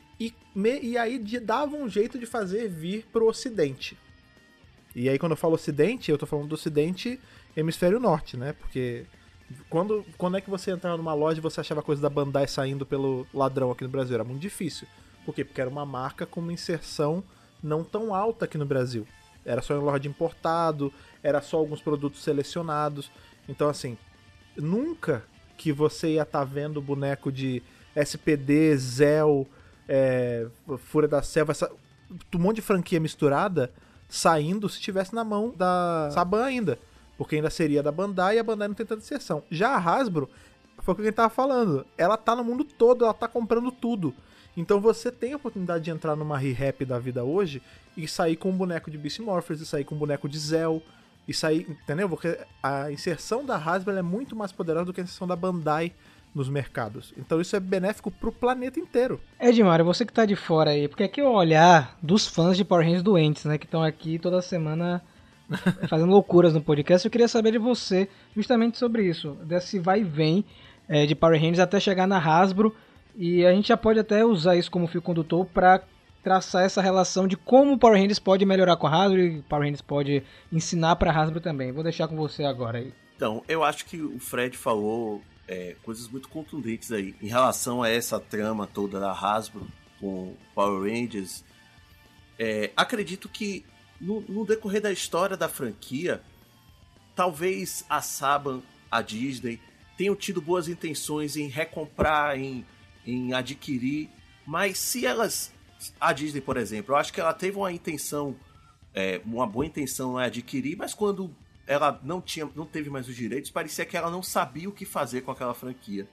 e aí dava um jeito de fazer vir pro Ocidente. E aí quando eu falo Ocidente, eu tô falando do Ocidente Hemisfério Norte, né? Porque quando é que você entrava numa loja e você achava coisa da Bandai saindo pelo ladrão aqui no Brasil? Era muito difícil. Por quê? Porque era uma marca com uma inserção não tão alta aqui no Brasil. Era só em loja de importado, era só alguns produtos selecionados. Então, assim, nunca que você ia estar vendo boneco de SPD, Zell, Fúria da Selva, um monte de franquia misturada saindo se estivesse na mão da Saban ainda. Porque ainda seria da Bandai e a Bandai não tem tanta inserção. Já a Hasbro, foi o que a gente tava falando, ela tá no mundo todo, ela tá comprando tudo. Então você tem a oportunidade de entrar numa re-rap da vida hoje e sair com um boneco de Beast Morphers, e sair com um boneco de Zell, e sair, entendeu? Porque a inserção da Hasbro é muito mais poderosa do que a inserção da Bandai nos mercados. Então isso é benéfico pro planeta inteiro. Edmário, você que tá de fora aí, porque aqui é o olhar dos fãs de Power Rangers doentes, né, que estão aqui toda semana fazendo loucuras no podcast. Eu queria saber de você justamente sobre isso, desse vai e vem de Power Rangers até chegar na Hasbro. E a gente já pode até usar isso como fio condutor para traçar essa relação de como o Power Rangers pode melhorar com a Hasbro e o Power Rangers pode ensinar para a Hasbro também. Vou deixar com você agora aí. Então, eu acho que o Fred falou coisas muito contundentes aí. Em relação a essa trama toda da Hasbro com Power Rangers, acredito que no decorrer da história da franquia, talvez a Saban, a Disney, tenham tido boas intenções em recomprar, em adquirir, mas se elas... A Disney, por exemplo, eu acho que ela teve uma intenção, uma boa intenção em adquirir, mas quando ela não teve mais os direitos, parecia que ela não sabia o que fazer com aquela franquia.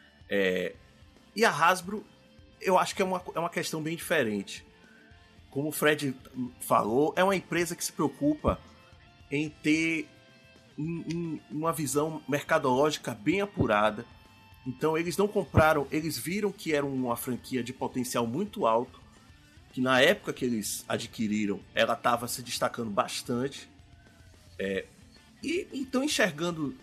E a Hasbro, eu acho que é uma questão bem diferente. Como o Fred falou, é uma empresa que se preocupa em ter uma visão mercadológica bem apurada. Então eles não compraram, eles viram que era uma franquia de potencial muito alto, que na época que eles adquiriram, ela estava se destacando bastante. E então enxergando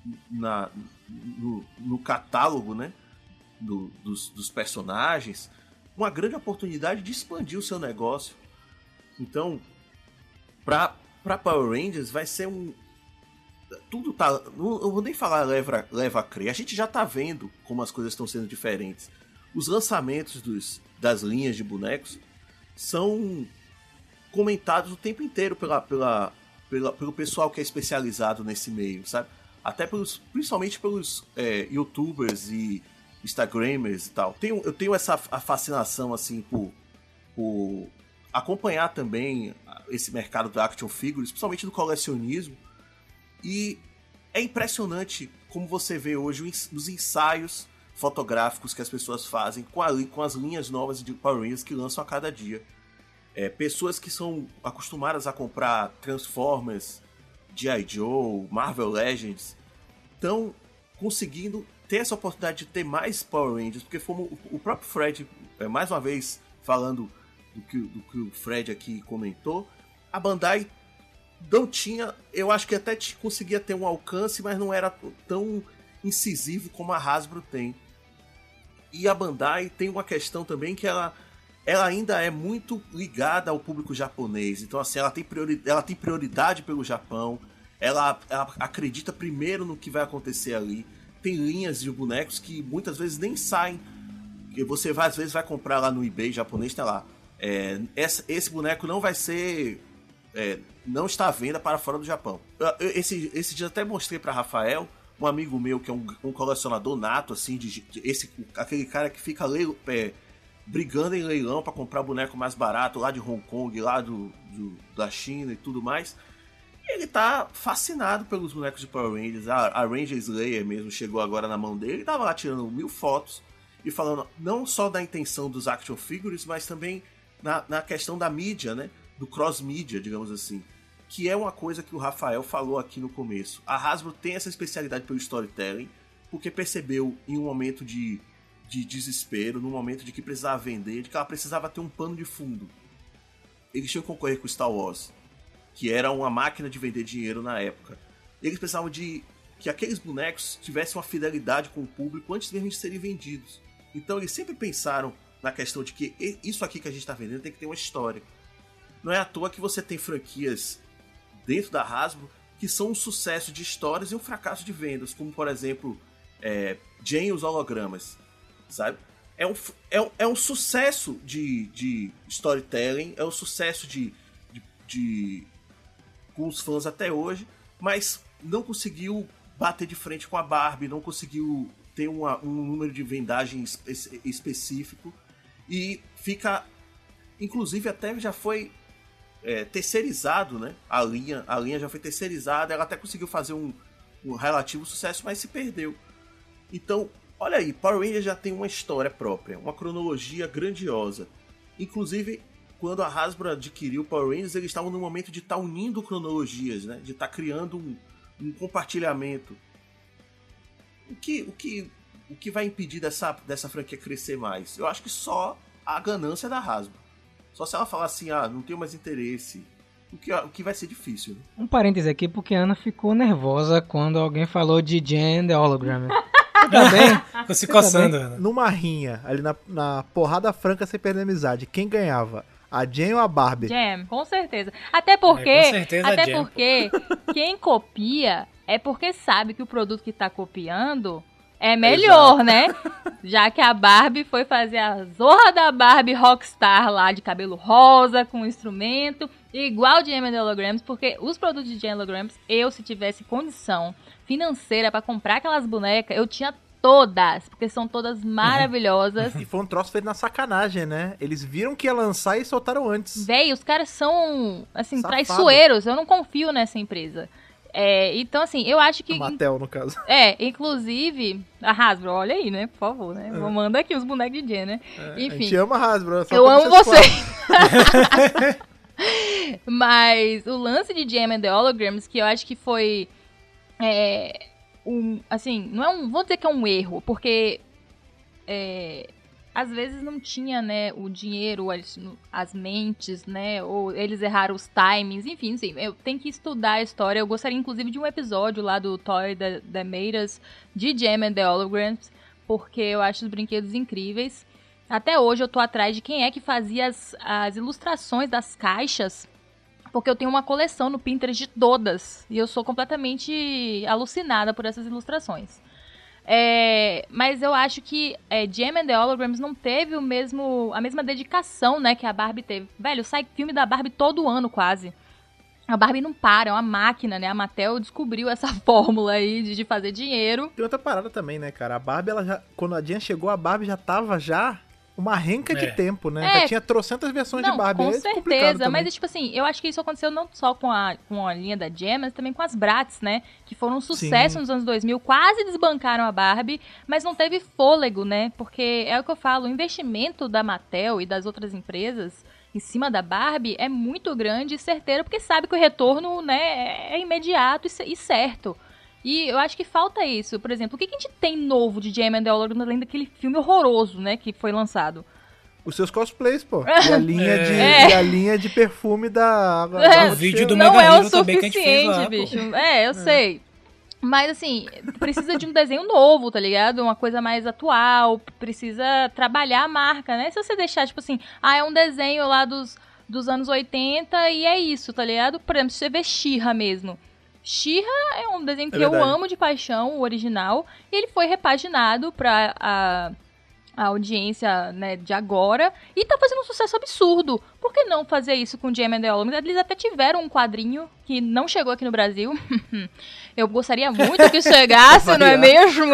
no catálogo, né, dos personagens, uma grande oportunidade de expandir o seu negócio. Então, para Power Rangers vai ser tudo tá... Não, eu vou nem falar leva a crer. A gente já tá vendo como as coisas estão sendo diferentes. Os lançamentos das linhas de bonecos são comentados o tempo inteiro pelo pessoal que é especializado nesse meio, sabe? Até principalmente pelos youtubers e instagramers e tal. Eu tenho essa fascinação assim por acompanhar também esse mercado do action figures, principalmente do colecionismo. E é impressionante como você vê hoje os ensaios fotográficos que as pessoas fazem com as linhas novas de Power Rangers que lançam a cada dia. Pessoas que são acostumadas a comprar Transformers, G.I. Joe, Marvel Legends, estão conseguindo ter essa oportunidade de ter mais Power Rangers, porque como o próprio Fred, mais uma vez falando do que o Fred aqui comentou, a Bandai não tinha, eu acho que até conseguia ter um alcance, mas não era tão incisivo como a Hasbro tem. E a Bandai tem uma questão também que ela ainda é muito ligada ao público japonês. Então, assim, ela tem prioridade pelo Japão, ela acredita primeiro no que vai acontecer ali. Tem linhas de bonecos que muitas vezes nem saem. Você às vezes vai comprar lá no eBay japonês, tá lá. Esse boneco não vai ser... não está à venda para fora do Japão. Esse dia até mostrei para Rafael, um amigo meu que é um colecionador nato, assim, aquele cara que fica brigando em leilão para comprar boneco mais barato lá de Hong Kong, lá da China e tudo mais. E ele tá fascinado pelos bonecos de Power Rangers. A Ranger Slayer mesmo chegou agora na mão dele, ele tava lá tirando 1000 fotos e falando não só da intenção dos action figures, mas também na questão da mídia, né? Do cross-mídia, digamos assim, que é uma coisa que o Rafael falou aqui no começo. A Hasbro tem essa especialidade pelo storytelling, porque percebeu em um momento de desespero, num momento de que precisava vender, de que ela precisava ter um pano de fundo. Eles tinham que concorrer com Star Wars, que era uma máquina de vender dinheiro na época. Eles precisavam de que aqueles bonecos tivessem uma fidelidade com o público antes mesmo de serem vendidos. Então eles sempre pensaram na questão de que isso aqui que a gente está vendendo tem que ter uma história. Não é à toa que você tem franquias dentro da Hasbro que são um sucesso de histórias e um fracasso de vendas, como por exemplo Jane e os Hologramas, sabe? É um sucesso de storytelling, é um sucesso com os fãs até hoje, mas não conseguiu bater de frente com a Barbie, não conseguiu ter um número de vendagem específico e fica, inclusive até já foi terceirizado, né? A linha já foi terceirizada, ela até conseguiu fazer um relativo sucesso, mas se perdeu. Então, olha aí, Power Rangers já tem uma história própria, uma cronologia grandiosa. Inclusive, quando a Hasbro adquiriu Power Rangers, eles estavam no momento de estar unindo cronologias, né? De estar criando um compartilhamento. O que vai impedir dessa franquia crescer mais? Eu acho que só a ganância da Hasbro. Só se ela falar assim, não tenho mais interesse. O que vai ser difícil. Né? Um parêntese aqui, porque a Ana ficou nervosa quando alguém falou de Jen the Hologram. Ficou se coçando, Ana. Numa rinha, ali na porrada franca sem perder amizade, quem ganhava? A Jen ou a Barbie? Jen, com certeza. Até porque, com certeza porque quem copia é porque sabe que o produto que tá copiando é melhor, né? Já que a Barbie foi fazer a zorra da Barbie Rockstar lá de cabelo rosa, com instrumento, igual de Gem Holograms, porque os produtos de Gem Holograms, se tivesse condição financeira pra comprar aquelas bonecas, eu tinha todas, porque são todas maravilhosas. E foi um troço feito na sacanagem, né? Eles viram que ia lançar e soltaram antes. Véi, os caras são, assim, Safado. traiçoeiros, eu não confio nessa empresa. Então, assim, eu acho que... A Mattel, no caso. Inclusive, a Hasbro, olha aí, né, por favor, né? Manda aqui os bonecos de Jen, né? Enfim. A gente ama a Hasbro. Eu amo você. Mas o lance de Gem and the Holograms, que eu acho que foi... assim, não é vou dizer que é um erro, porque... às vezes não tinha, né, o dinheiro, as mentes, né, ou eles erraram os timings, enfim, eu tenho que estudar a história. Eu gostaria, inclusive, de um episódio lá do Toy da Meiras de Gem and the Holograms, porque eu acho os brinquedos incríveis. Até hoje eu tô atrás de quem é que fazia as ilustrações das caixas, porque eu tenho uma coleção no Pinterest de todas, e eu sou completamente alucinada por essas ilustrações. Mas eu acho que Gem and the Holograms não teve a mesma dedicação, né, que a Barbie teve. Velho, sai filme da Barbie todo ano quase. A Barbie não para, é uma máquina, né? A Mattel descobriu essa fórmula aí de fazer dinheiro. Tem outra parada também, né, cara? A Barbie, quando a Jen chegou, a Barbie já tava uma renca de tempo, né? Já tinha trocentas versões de Barbie. Com certeza, mas tipo assim, eu acho que isso aconteceu não só com a linha da Gem, mas também com as Bratz, né? Que foram um sucesso nos anos 2000, quase desbancaram a Barbie, mas não teve fôlego, né? Porque é o que eu falo, o investimento da Mattel e das outras empresas em cima da Barbie é muito grande e certeiro, porque sabe que o retorno, né, é imediato e certo. E eu acho que falta isso. Por exemplo, o que a gente tem novo de Gem and the Holograms além daquele filme horroroso, né, que foi lançado? Os seus cosplays, pô. E a linha de perfume da... O vídeo do não Mega é o Hero também que a gente fez lá, bicho. Eu sei. Mas, assim, precisa de um desenho novo, tá ligado? Uma coisa mais atual. Precisa trabalhar a marca, né? Se você deixar, tipo assim, é um desenho lá dos anos 80 e é isso, tá ligado? Por exemplo, se você vê She-Ra mesmo. She-Ra é um desenho que eu amo de paixão, o original, e ele foi repaginado pra a audiência, né, de agora, e tá fazendo um sucesso absurdo. Por que não fazer isso com Gem and the Holograms? Eles até tiveram um quadrinho que não chegou aqui no Brasil. Eu gostaria muito que chegasse, não é mesmo?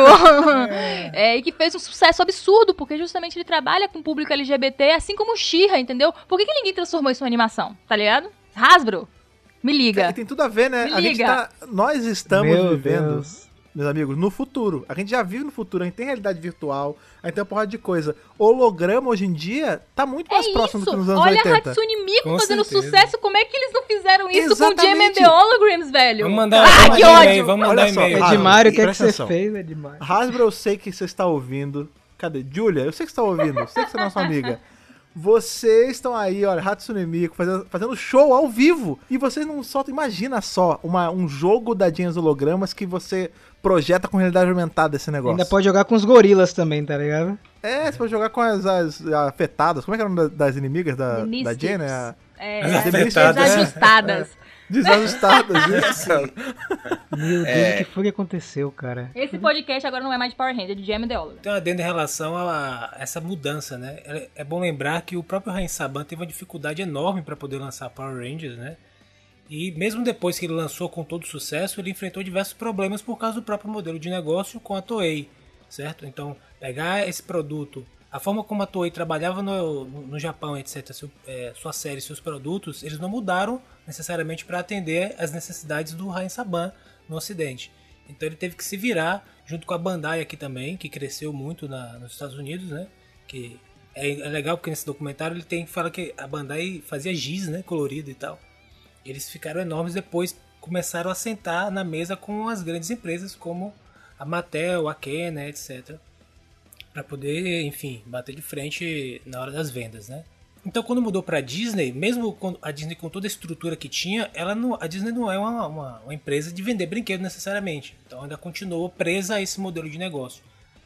E que fez um sucesso absurdo, porque justamente ele trabalha com o público LGBT, assim como She-Ra, entendeu? Por que ninguém transformou isso em animação, tá ligado? Hasbro, me liga. Tem tudo a ver, né? Nós estamos vivendo, meus amigos, no futuro. A gente já vive no futuro, a gente tem realidade virtual, a gente tem uma porrada de coisa. Holograma hoje em dia tá muito mais próximo do que nos anos 80. Olha a Hatsune Miku fazendo sucesso, como é que eles não fizeram isso com Gem and the Holograms, velho? Vamos mandar que ódio! Vamos mandar e-mail. Edmário, o que você fez, Edmário? Hasbro, eu sei que você está ouvindo. Cadê? Julia, eu sei que você está ouvindo, eu sei que você é nossa amiga. Vocês estão aí, olha, Hatsune Miku fazendo show ao vivo. E vocês não soltam, imagina só, um jogo da Gen Hologramas que você projeta com realidade aumentada esse negócio. Ainda pode jogar com os gorilas também, tá ligado? É, você pode jogar com as afetadas. Como é que é o nome das inimigas da Gen, né? As afetadas. Desajustadas. Desajustadas, isso, cara. Meu Deus, o que foi que aconteceu, cara? Esse podcast agora não é mais de Power Ranger, é de Gem Ideólogo. Tem uma adendo em relação a essa mudança, né? É bom lembrar que o próprio Rain Saban teve uma dificuldade enorme para poder lançar Power Rangers, né? E mesmo depois que ele lançou com todo sucesso, ele enfrentou diversos problemas por causa do próprio modelo de negócio com a Toei, certo? Então, pegar esse produto, a forma como a Toei trabalhava no Japão, etc., sua série, seus produtos, eles não mudaram necessariamente para atender as necessidades do Rain Saban no Ocidente. Então ele teve que se virar junto com a Bandai aqui também, que cresceu muito nos Estados Unidos, né? Que é legal porque nesse documentário ele fala que a Bandai fazia giz, né? Colorido e tal. Eles ficaram enormes, depois começaram a sentar na mesa com as grandes empresas como a Mattel, a Kenner, etc. Para poder, enfim, bater de frente na hora das vendas, né? Então quando mudou para a Disney, mesmo a Disney com toda a estrutura que tinha, a Disney não é uma empresa de vender brinquedo necessariamente. Então ainda continuou presa a esse modelo de negócio.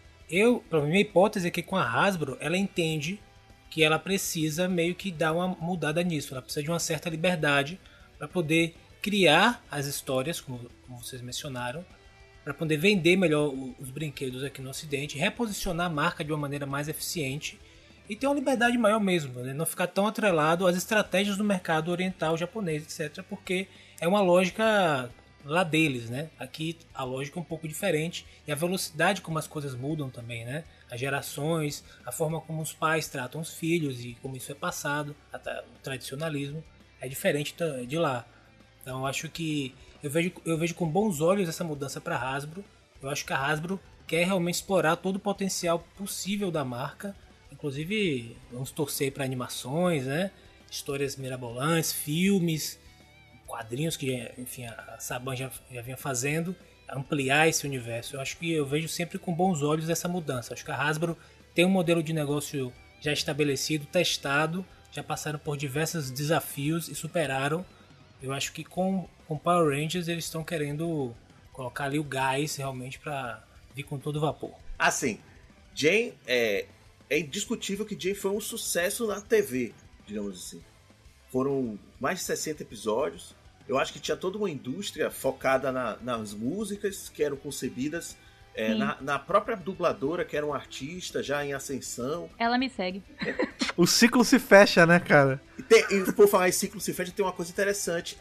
Minha hipótese é que com a Hasbro, ela entende que ela precisa meio que dar uma mudada nisso. Ela precisa de uma certa liberdade para poder criar as histórias, como vocês mencionaram, para poder vender melhor os brinquedos aqui no Ocidente, reposicionar a marca de uma maneira mais eficiente e ter uma liberdade maior mesmo, né? Não ficar tão atrelado às estratégias do mercado oriental, japonês, etc., porque é uma lógica lá deles, né? Aqui a lógica é um pouco diferente e a velocidade como as coisas mudam também, né? As gerações, a forma como os pais tratam os filhos e como isso é passado, o tradicionalismo é diferente de lá. Então eu acho que eu vejo com bons olhos essa mudança para a Hasbro. Eu acho que a Hasbro quer realmente explorar todo o potencial possível da marca. Inclusive, vamos torcer para animações, né? Histórias mirabolantes, filmes, quadrinhos que, enfim, a Saban já vinha fazendo, ampliar esse universo. Eu vejo sempre com bons olhos essa mudança. Acho que a Hasbro tem um modelo de negócio já estabelecido, testado, já passaram por diversos desafios e superaram. Eu acho que com Power Rangers eles estão querendo colocar ali o gás realmente para vir com todo vapor. Assim, Gen é indiscutível que Gen foi um sucesso na TV, digamos assim. Foram mais de 60 episódios. Eu acho que tinha toda uma indústria focada nas músicas que eram concebidas, na própria dubladora, que era um artista já em ascensão. Ela me segue. O ciclo se fecha, né, cara? E por falar em ciclo se fecha, tem uma coisa interessante.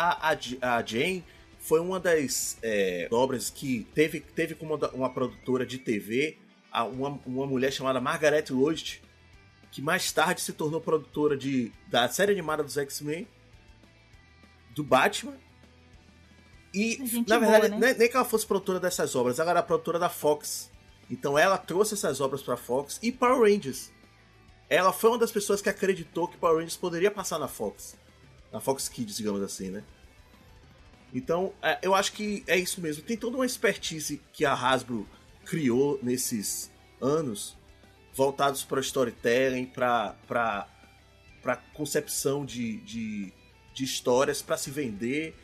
A Gen foi uma das obras que teve como uma produtora de TV uma mulher chamada Margaret Roast, que mais tarde se tornou produtora da série animada dos X-Men, do Batman. E, na verdade, boa, né? Nem que ela fosse produtora dessas obras, ela era produtora da Fox. Então ela trouxe essas obras pra Fox e Power Rangers. Ela foi uma das pessoas que acreditou que Power Rangers poderia passar na Fox. Na Fox Kids, digamos assim, né? Então, eu acho que é isso mesmo. Tem toda uma expertise que a Hasbro criou nesses anos, voltados para storytelling, para concepção de histórias, para se vender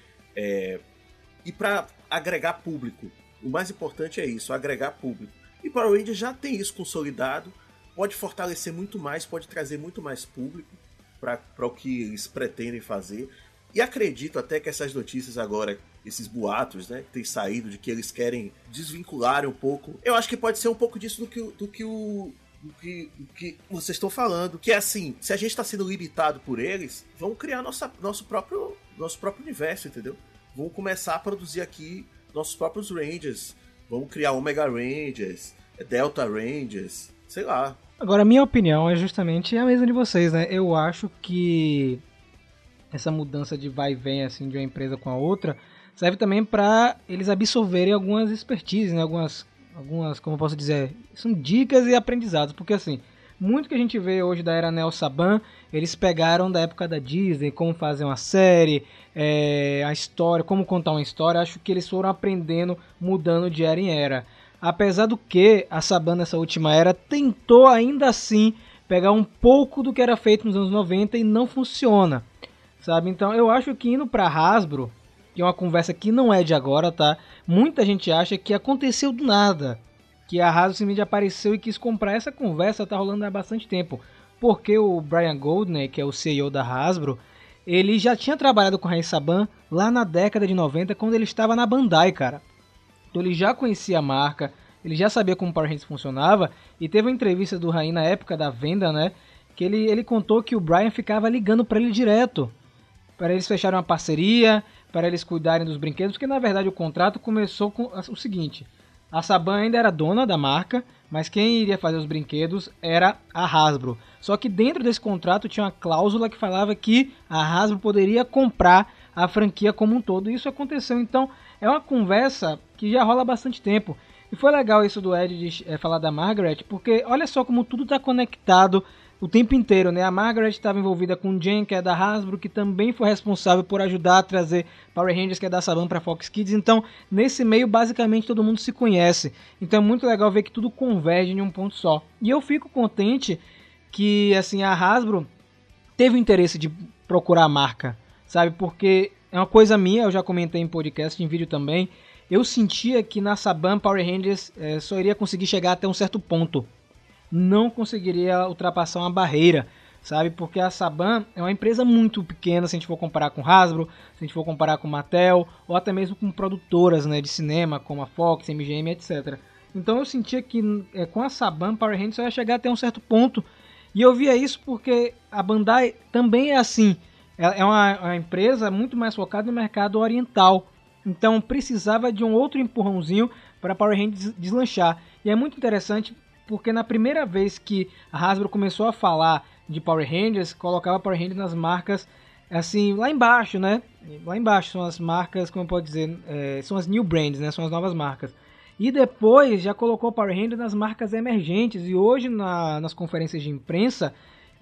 e para agregar público. O mais importante é isso, agregar público. E Power Rangers já tem isso consolidado, pode fortalecer muito mais, pode trazer muito mais público para o que eles pretendem fazer. E acredito até que essas notícias agora, esses boatos, né, que tem saído de que eles querem desvincular um pouco, eu acho que pode ser um pouco disso do que vocês estão falando. Que é assim, se a gente está sendo limitado por eles, vamos criar nosso próprio universo, entendeu? Vamos começar a produzir aqui nossos próprios Rangers. Vamos criar Omega Rangers, Delta Rangers, sei lá. Agora, a minha opinião é justamente a mesma de vocês, né? Eu acho que essa mudança de vai e vem assim, de uma empresa com a outra serve também para eles absorverem algumas expertises, né? Algumas, como eu posso dizer, são dicas e aprendizados, porque assim, muito que a gente vê hoje da era Neo Saban, eles pegaram da época da Disney, como fazer uma série, a história, como contar uma história. Acho que eles foram aprendendo, mudando de era em era. Apesar do que a Saban nessa última era tentou ainda assim pegar um pouco do que era feito nos anos 90 e não funciona, sabe? Então eu acho que indo pra Hasbro, que é uma conversa que não é de agora, tá? Muita gente acha que aconteceu do nada, que a Hasbro simplesmente apareceu e quis comprar. Essa conversa tá rolando há bastante tempo, porque o Brian Goldner, que é o CEO da Hasbro, ele já tinha trabalhado com o Rain Saban lá na década de 90, quando ele estava na Bandai, cara. Então ele já conhecia a marca, ele já sabia como o Power Rangers funcionava, e teve uma entrevista do Rain na época da venda, né, que ele contou que o Brian ficava ligando para ele direto, para eles fecharem uma parceria, para eles cuidarem dos brinquedos, porque na verdade o contrato começou com o seguinte: a Saban ainda era dona da marca, mas quem iria fazer os brinquedos era a Hasbro. Só que dentro desse contrato tinha uma cláusula que falava que a Hasbro poderia comprar a franquia como um todo, e isso aconteceu. Então é uma conversa que já rola há bastante tempo. E foi legal isso do Ed de falar da Margaret, porque olha só como tudo está conectado o tempo inteiro, né? A Margaret estava envolvida com o Jen, que é da Hasbro, que também foi responsável por ajudar a trazer Power Rangers, que é da Saban, para Fox Kids. Então, nesse meio, basicamente, todo mundo se conhece. Então é muito legal ver que tudo converge em um ponto só. E eu fico contente que, assim, a Hasbro teve o interesse de procurar a marca, sabe? Porque é uma coisa minha, eu já comentei em podcast, em vídeo também. Eu sentia que na Saban, Power Rangers só iria conseguir chegar até um certo ponto. Não conseguiria ultrapassar uma barreira, sabe? Porque a Saban é uma empresa muito pequena, se a gente for comparar com Hasbro, se a gente for comparar com Mattel, ou até mesmo com produtoras, né, de cinema, como a Fox, MGM, etc. Então eu sentia que com a Saban, Power Rangers só ia chegar até um certo ponto. E eu via isso porque a Bandai também é assim. É uma empresa muito mais focada no mercado oriental. Então precisava de um outro empurrãozinho para Power Rangers deslanchar. E é muito interessante porque na primeira vez que a Hasbro começou a falar de Power Rangers, colocava Power Rangers nas marcas assim, lá embaixo, né? Lá embaixo são as marcas, como eu posso dizer, são as new brands, né? São as novas marcas. E depois já colocou Power Rangers nas marcas emergentes. E hoje nas conferências de imprensa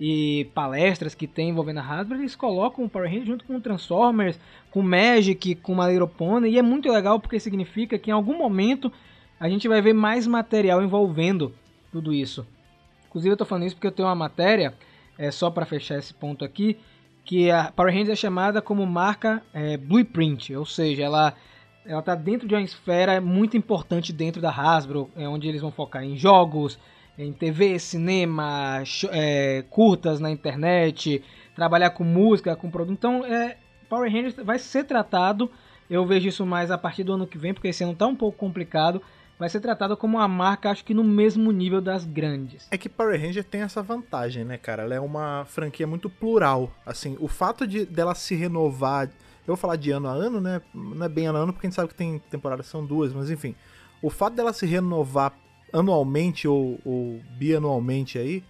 e palestras que tem envolvendo a Hasbro, eles colocam o Power Rangers junto com o Transformers, com o Magic, com o My Little Pony. E é muito legal porque significa que em algum momento a gente vai ver mais material envolvendo tudo isso. Inclusive eu tô falando isso porque eu tenho uma matéria, só para fechar esse ponto aqui, que a Power Rangers é chamada como marca Blueprint, ou seja, ela tá dentro de uma esfera muito importante dentro da Hasbro, onde eles vão focar em jogos, em TV, cinema, curtas na internet, trabalhar com música, com produto. Então, Power Rangers vai ser tratado, eu vejo isso mais a partir do ano que vem, porque esse ano tá um pouco complicado, vai ser tratado como uma marca, acho que no mesmo nível das grandes. É que Power Ranger tem essa vantagem, né, cara? Ela é uma franquia muito plural. Assim, o fato dela se renovar, eu vou falar de ano a ano, né? Não é bem ano a ano, porque a gente sabe que tem temporadas que são duas, mas enfim. O fato dela se renovar anualmente ou bianualmente aí,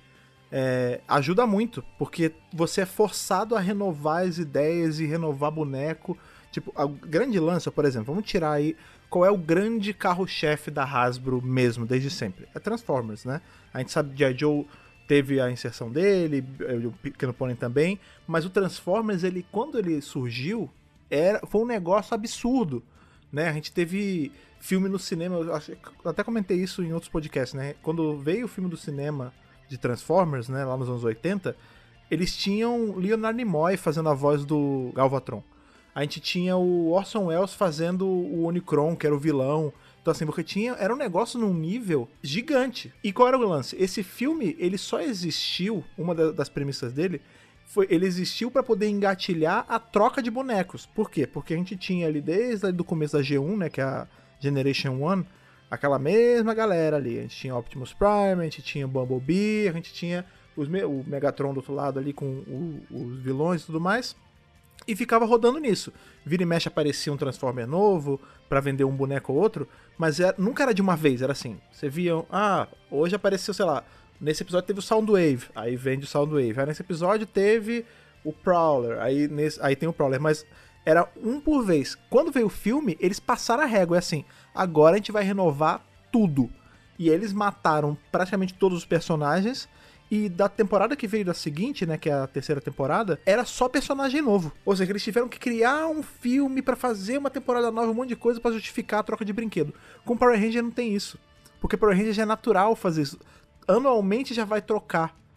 ajuda muito, porque você é forçado a renovar as ideias e renovar boneco. Tipo, a grande lança, por exemplo, vamos tirar aí qual é o grande carro-chefe da Hasbro mesmo, desde sempre. É Transformers, né? A gente sabe que G.I. Joe teve a inserção dele, o Pequeno Pony também, mas o Transformers, quando ele surgiu, foi um negócio absurdo, né? A gente teve filme no cinema, eu até comentei isso em outros podcasts, né? Quando veio o filme do cinema de Transformers, né, lá nos anos 80, eles tinham Leonard Nimoy fazendo a voz do Galvatron. A gente tinha o Orson Welles fazendo o Unicron, que era o vilão. Então assim, porque era um negócio num nível gigante. E qual era o lance? Esse filme, ele só existiu, uma das premissas dele, ele existiu para poder engatilhar a troca de bonecos. Por quê? Porque a gente tinha ali desde o começo da G1, né, que é a Generation 1, aquela mesma galera ali. A gente tinha Optimus Prime, a gente tinha o Bumblebee, a gente tinha o Megatron do outro lado ali com os vilões e tudo mais. E ficava rodando nisso. Vira e mexe aparecia um Transformer novo pra vender um boneco ou outro, mas nunca era de uma vez, era assim. Você via, hoje apareceu, sei lá, nesse episódio teve o Soundwave, aí vende o Soundwave. Aí nesse episódio teve o Prowler, aí tem o Prowler, mas era um por vez. Quando veio o filme, eles passaram a régua, é assim, agora a gente vai renovar tudo. E eles mataram praticamente todos os personagens. E da temporada que veio da seguinte, né, que é a terceira temporada, era só personagem novo. Ou seja, eles tiveram que criar um filme pra fazer uma temporada nova, um monte de coisa pra justificar a troca de brinquedo. Com Power Ranger não tem isso. Porque Power Ranger já é natural fazer isso. Anualmente já vai trocar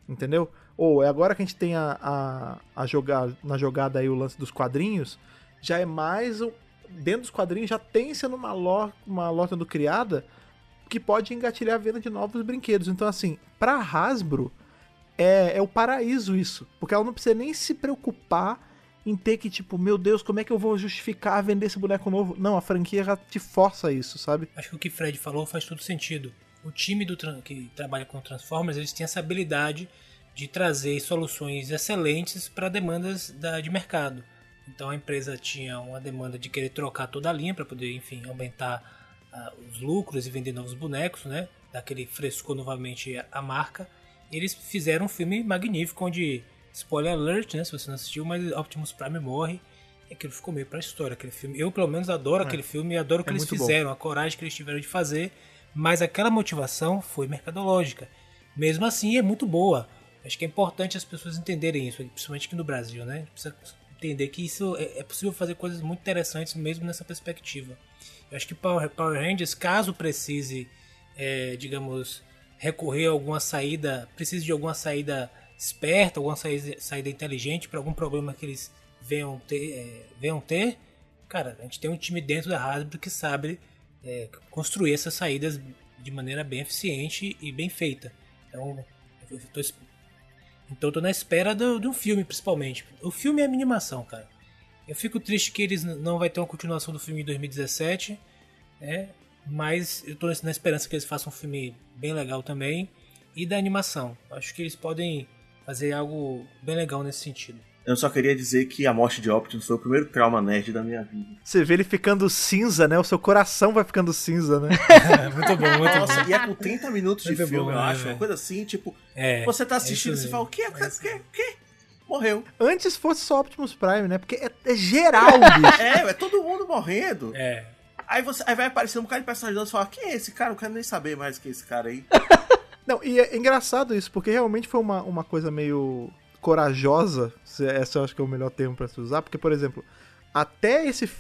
entendeu? Ou é agora que a gente tem na jogada aí o lance dos quadrinhos, já é mais... Dentro dos quadrinhos já tem sendo uma lore sendo criada que pode engatilhar a venda de novos brinquedos. Então, assim, pra Hasbro, é o paraíso isso. Porque ela não precisa nem se preocupar em ter que, tipo, meu Deus, como é que eu vou justificar vender esse boneco novo? Não, a franquia já te força isso, sabe? Acho que o que o Fred falou faz todo sentido. O time que trabalha com Transformers, eles têm essa habilidade de trazer soluções excelentes para demandas de mercado. Então a empresa tinha uma demanda de querer trocar toda a linha para poder, enfim, aumentar os lucros e vender novos bonecos, né? Daquele frescor novamente a marca. E eles fizeram um filme magnífico onde, spoiler alert, né? Se você não assistiu, mas Optimus Prime morre. E aquilo ficou meio pra história, aquele filme. Eu, pelo menos, adoro aquele filme e adoro o que eles fizeram, a coragem que eles tiveram de fazer. Mas aquela motivação foi mercadológica. Mesmo assim, é muito boa. Acho que é importante as pessoas entenderem isso, principalmente aqui no Brasil, né? A gente precisa entender que isso é possível fazer coisas muito interessantes mesmo nessa perspectiva. Eu acho que Power Rangers, caso precise, digamos, recorrer a alguma saída, precise de alguma saída esperta, alguma saída inteligente para algum problema que eles venham ter, cara, a gente tem um time dentro da Hasbro que sabe construir essas saídas de maneira bem eficiente e bem feita. Então eu tô na espera de um filme, principalmente. O filme é a animação, cara. Eu fico triste que eles não vai ter uma continuação do filme em 2017, né? Mas eu tô na esperança que eles façam um filme bem legal também. E da animação. Acho que eles podem fazer algo bem legal nesse sentido. Eu só queria dizer que a morte de Optimus foi o primeiro trauma nerd da minha vida. Você vê ele ficando cinza, né? O seu coração vai ficando cinza, né? Muito bom, muito Nossa, bom. e é com 30 minutos de Muito filme, bom, eu acho. né? Uma coisa assim, tipo... você tá assistindo, você fala, o quê? Morreu. Antes fosse só Optimus Prime, né? Porque é geral, bicho. É todo mundo morrendo. É. Aí vai aparecendo um bocado de personagem e fala, quem é esse cara? Eu quero nem saber mais quem é esse cara aí. Não, e é engraçado isso, porque realmente foi uma coisa meio corajosa, esse eu acho que é o melhor termo pra se usar, porque, por exemplo, até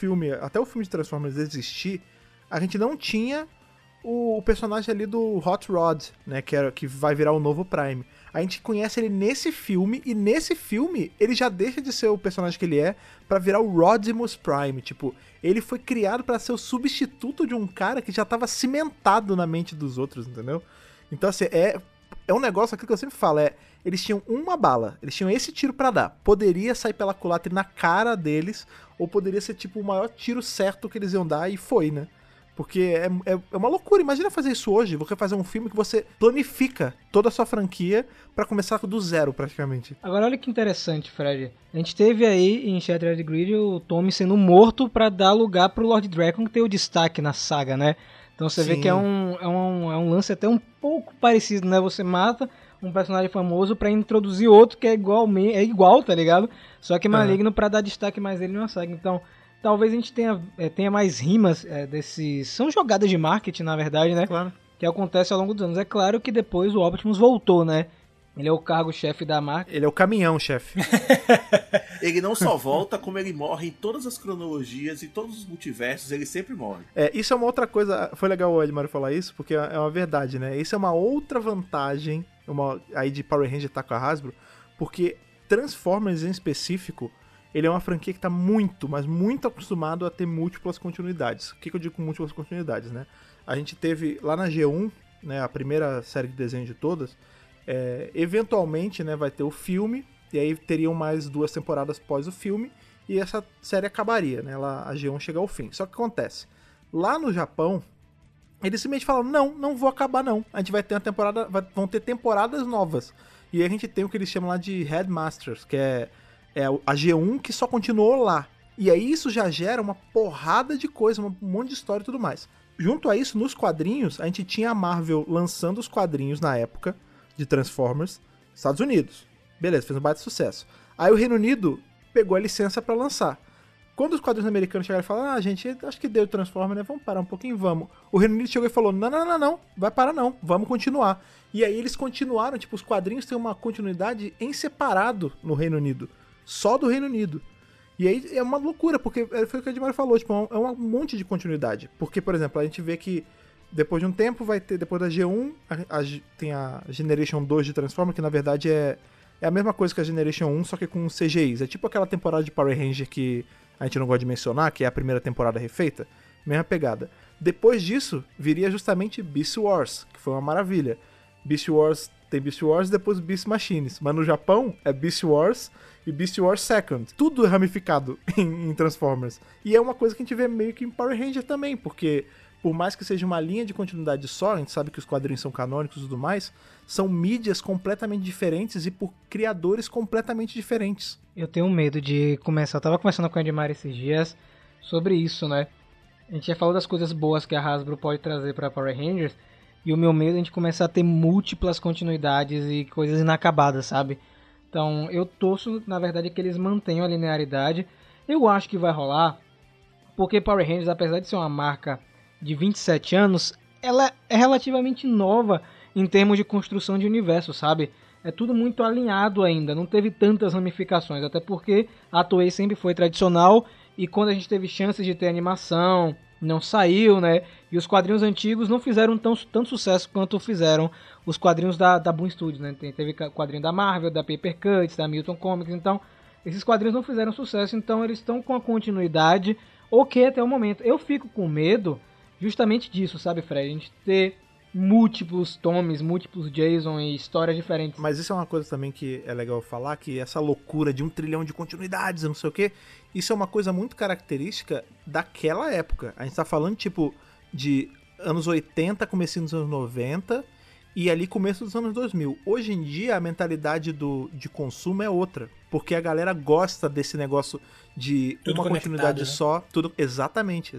o filme de Transformers existir, a gente não tinha o personagem ali do Hot Rod, né, que vai virar o novo Prime. A gente conhece ele nesse filme, e nesse filme ele já deixa de ser o personagem que ele é pra virar o Rodimus Prime. Tipo, ele foi criado pra ser o substituto de um cara que já tava cimentado na mente dos outros, entendeu? Então, assim, é um negócio, aquilo que eu sempre falo, eles tinham uma bala, eles tinham esse tiro pra dar. Poderia sair pela culatra na cara deles, ou poderia ser, tipo, o maior tiro certo que eles iam dar, e foi, né? Porque é uma loucura. Imagina fazer isso hoje, você fazer um filme que você planifica toda a sua franquia pra começar do zero, praticamente. Agora, olha que interessante, Fred. A gente teve aí em Shattered Grid o Tommy sendo morto pra dar lugar pro Lord Drakkon, que tem o destaque na saga, né? Então você vê que é um lance até um pouco parecido, né? Você mata um personagem famoso pra introduzir outro que é igual, tá ligado? Só que maligno pra dar destaque mais ele numa saga. Então, talvez a gente tenha mais rimas desses... São jogadas de marketing, na verdade, né? Claro. Que acontece ao longo dos anos. É claro que depois o Optimus voltou, né? Ele é o cargo-chefe da marca. Ele é o caminhão-chefe. Ele não só volta, como ele morre em todas as cronologias e todos os multiversos, ele sempre morre. Isso é uma outra coisa, foi legal o Edmar falar isso, porque é uma verdade, né? Isso é uma outra vantagem aí de Power Ranger tá com a Hasbro, porque Transformers em específico, ele é uma franquia que tá muito, mas muito acostumado a ter múltiplas continuidades. O que eu digo com múltiplas continuidades, né? A gente teve lá na G1, né, a primeira série de desenho de todas, eventualmente, né, vai ter o filme, e aí teriam mais 2 temporadas após o filme, e essa série acabaria, né, a G1 chega ao fim. Só que acontece, lá no Japão, eles simplesmente falam, não vou acabar não, a gente vai ter vão ter temporadas novas, e aí a gente tem o que eles chamam lá de Headmasters, que é a G1 que só continuou lá, e aí isso já gera uma porrada de coisa, um monte de história e tudo mais. Junto a isso, nos quadrinhos, a gente tinha a Marvel lançando os quadrinhos na época de Transformers, Estados Unidos. Beleza, fez um baita sucesso. Aí o Reino Unido pegou a licença pra lançar. Quando os quadrinhos americanos chegaram e falaram, gente, acho que deu Transformers, né? Vamos parar um pouquinho, vamos. O Reino Unido chegou e falou, não, vai parar não, vamos continuar. E aí eles continuaram, tipo, os quadrinhos têm uma continuidade em separado no Reino Unido. Só do Reino Unido. E aí é uma loucura, porque foi o que a Edmar falou, tipo, é um monte de continuidade. Porque, por exemplo, a gente vê que depois de um tempo vai ter, depois da G1, tem a Generation 2 de Transformers, que na verdade é a mesma coisa que a Generation 1, só que com CGIs. É tipo aquela temporada de Power Ranger que a gente não gosta de mencionar, que é a primeira temporada refeita. Mesma pegada. Depois disso, viria justamente Beast Wars, que foi uma maravilha. Beast Wars tem Beast Wars e depois Beast Machines. Mas no Japão é Beast Wars e Beast Wars Second. Tudo é ramificado em Transformers. E é uma coisa que a gente vê meio que em Power Ranger também, porque por mais que seja uma linha de continuidade só, a gente sabe que os quadrinhos são canônicos e tudo mais, são mídias completamente diferentes e por criadores completamente diferentes. Eu tenho medo de começar. Eu tava conversando com a Edmar esses dias sobre isso, né? A gente já falou das coisas boas que a Hasbro pode trazer para Power Rangers, e o meu medo é a gente começar a ter múltiplas continuidades e coisas inacabadas, sabe? Então eu torço, na verdade, que eles mantenham a linearidade. Eu acho que vai rolar, porque Power Rangers, apesar de ser uma marca de 27 anos, ela é relativamente nova em termos de construção de universo, sabe? É tudo muito alinhado ainda, não teve tantas ramificações, até porque a Toei sempre foi tradicional, e quando a gente teve chances de ter animação, não saiu, né? E os quadrinhos antigos não fizeram tanto sucesso quanto fizeram os quadrinhos da Boom Studios, né? Teve quadrinho da Marvel, da Paper Cuts, da Milton Comics, então esses quadrinhos não fizeram sucesso, então eles estão com a continuidade, ok até o momento. Eu fico com medo justamente disso, sabe, Fred? A gente ter múltiplos Tommys, múltiplos Jason e histórias diferentes. Mas isso é uma coisa também que é legal falar, que essa loucura de 1 trilhão de continuidades e não sei o que, isso é uma coisa muito característica daquela época. A gente tá falando, tipo, de anos 80, comecinho dos anos 90 e ali começo dos anos 2000. Hoje em dia a mentalidade de consumo é outra, porque a galera gosta desse negócio de tudo uma continuidade, né? Só, tudo exatamente,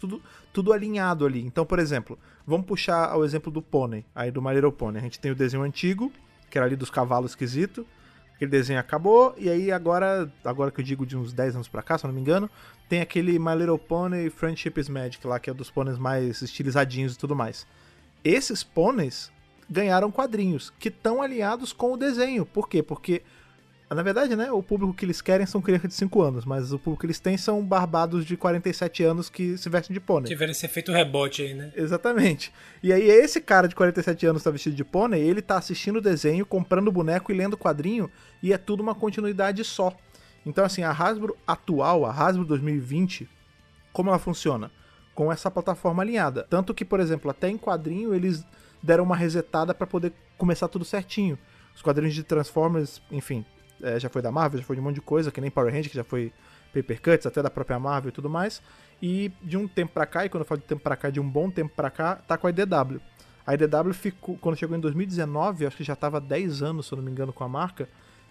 tudo alinhado ali. Então, por exemplo, vamos puxar o exemplo do Pônei, aí do My Little Pony. A gente tem o desenho antigo, que era ali dos cavalos esquisito. Aquele desenho acabou, e aí agora que eu digo de uns 10 anos pra cá, se eu não me engano, tem aquele My Little Pony Friendship is Magic lá, que é dos pôneis mais estilizadinhos e tudo mais. Esses pôneis ganharam quadrinhos que estão alinhados com o desenho. Por quê? Porque, na verdade, né, o público que eles querem são crianças de 5 anos, mas o público que eles têm são barbados de 47 anos que se vestem de pônei. Tiveram esse efeito rebote aí, né? Exatamente. E aí esse cara de 47 anos tá vestido de pônei, ele tá assistindo o desenho, comprando o boneco e lendo o quadrinho, e é tudo uma continuidade só. Então, assim, a Hasbro atual, a Hasbro 2020, como ela funciona? Com essa plataforma alinhada. Tanto que, por exemplo, até em quadrinho eles deram uma resetada pra poder começar tudo certinho. Os quadrinhos de Transformers, enfim, já foi da Marvel, já foi de um monte de coisa, que nem Power Rangers, que já foi Paper Cuts, até da própria Marvel e tudo mais. E de um tempo pra cá, e quando eu falo de tempo pra cá, de um bom tempo pra cá, tá com a IDW. A IDW ficou, quando chegou em 2019, acho que já tava 10 anos, se eu não me engano, com a marca,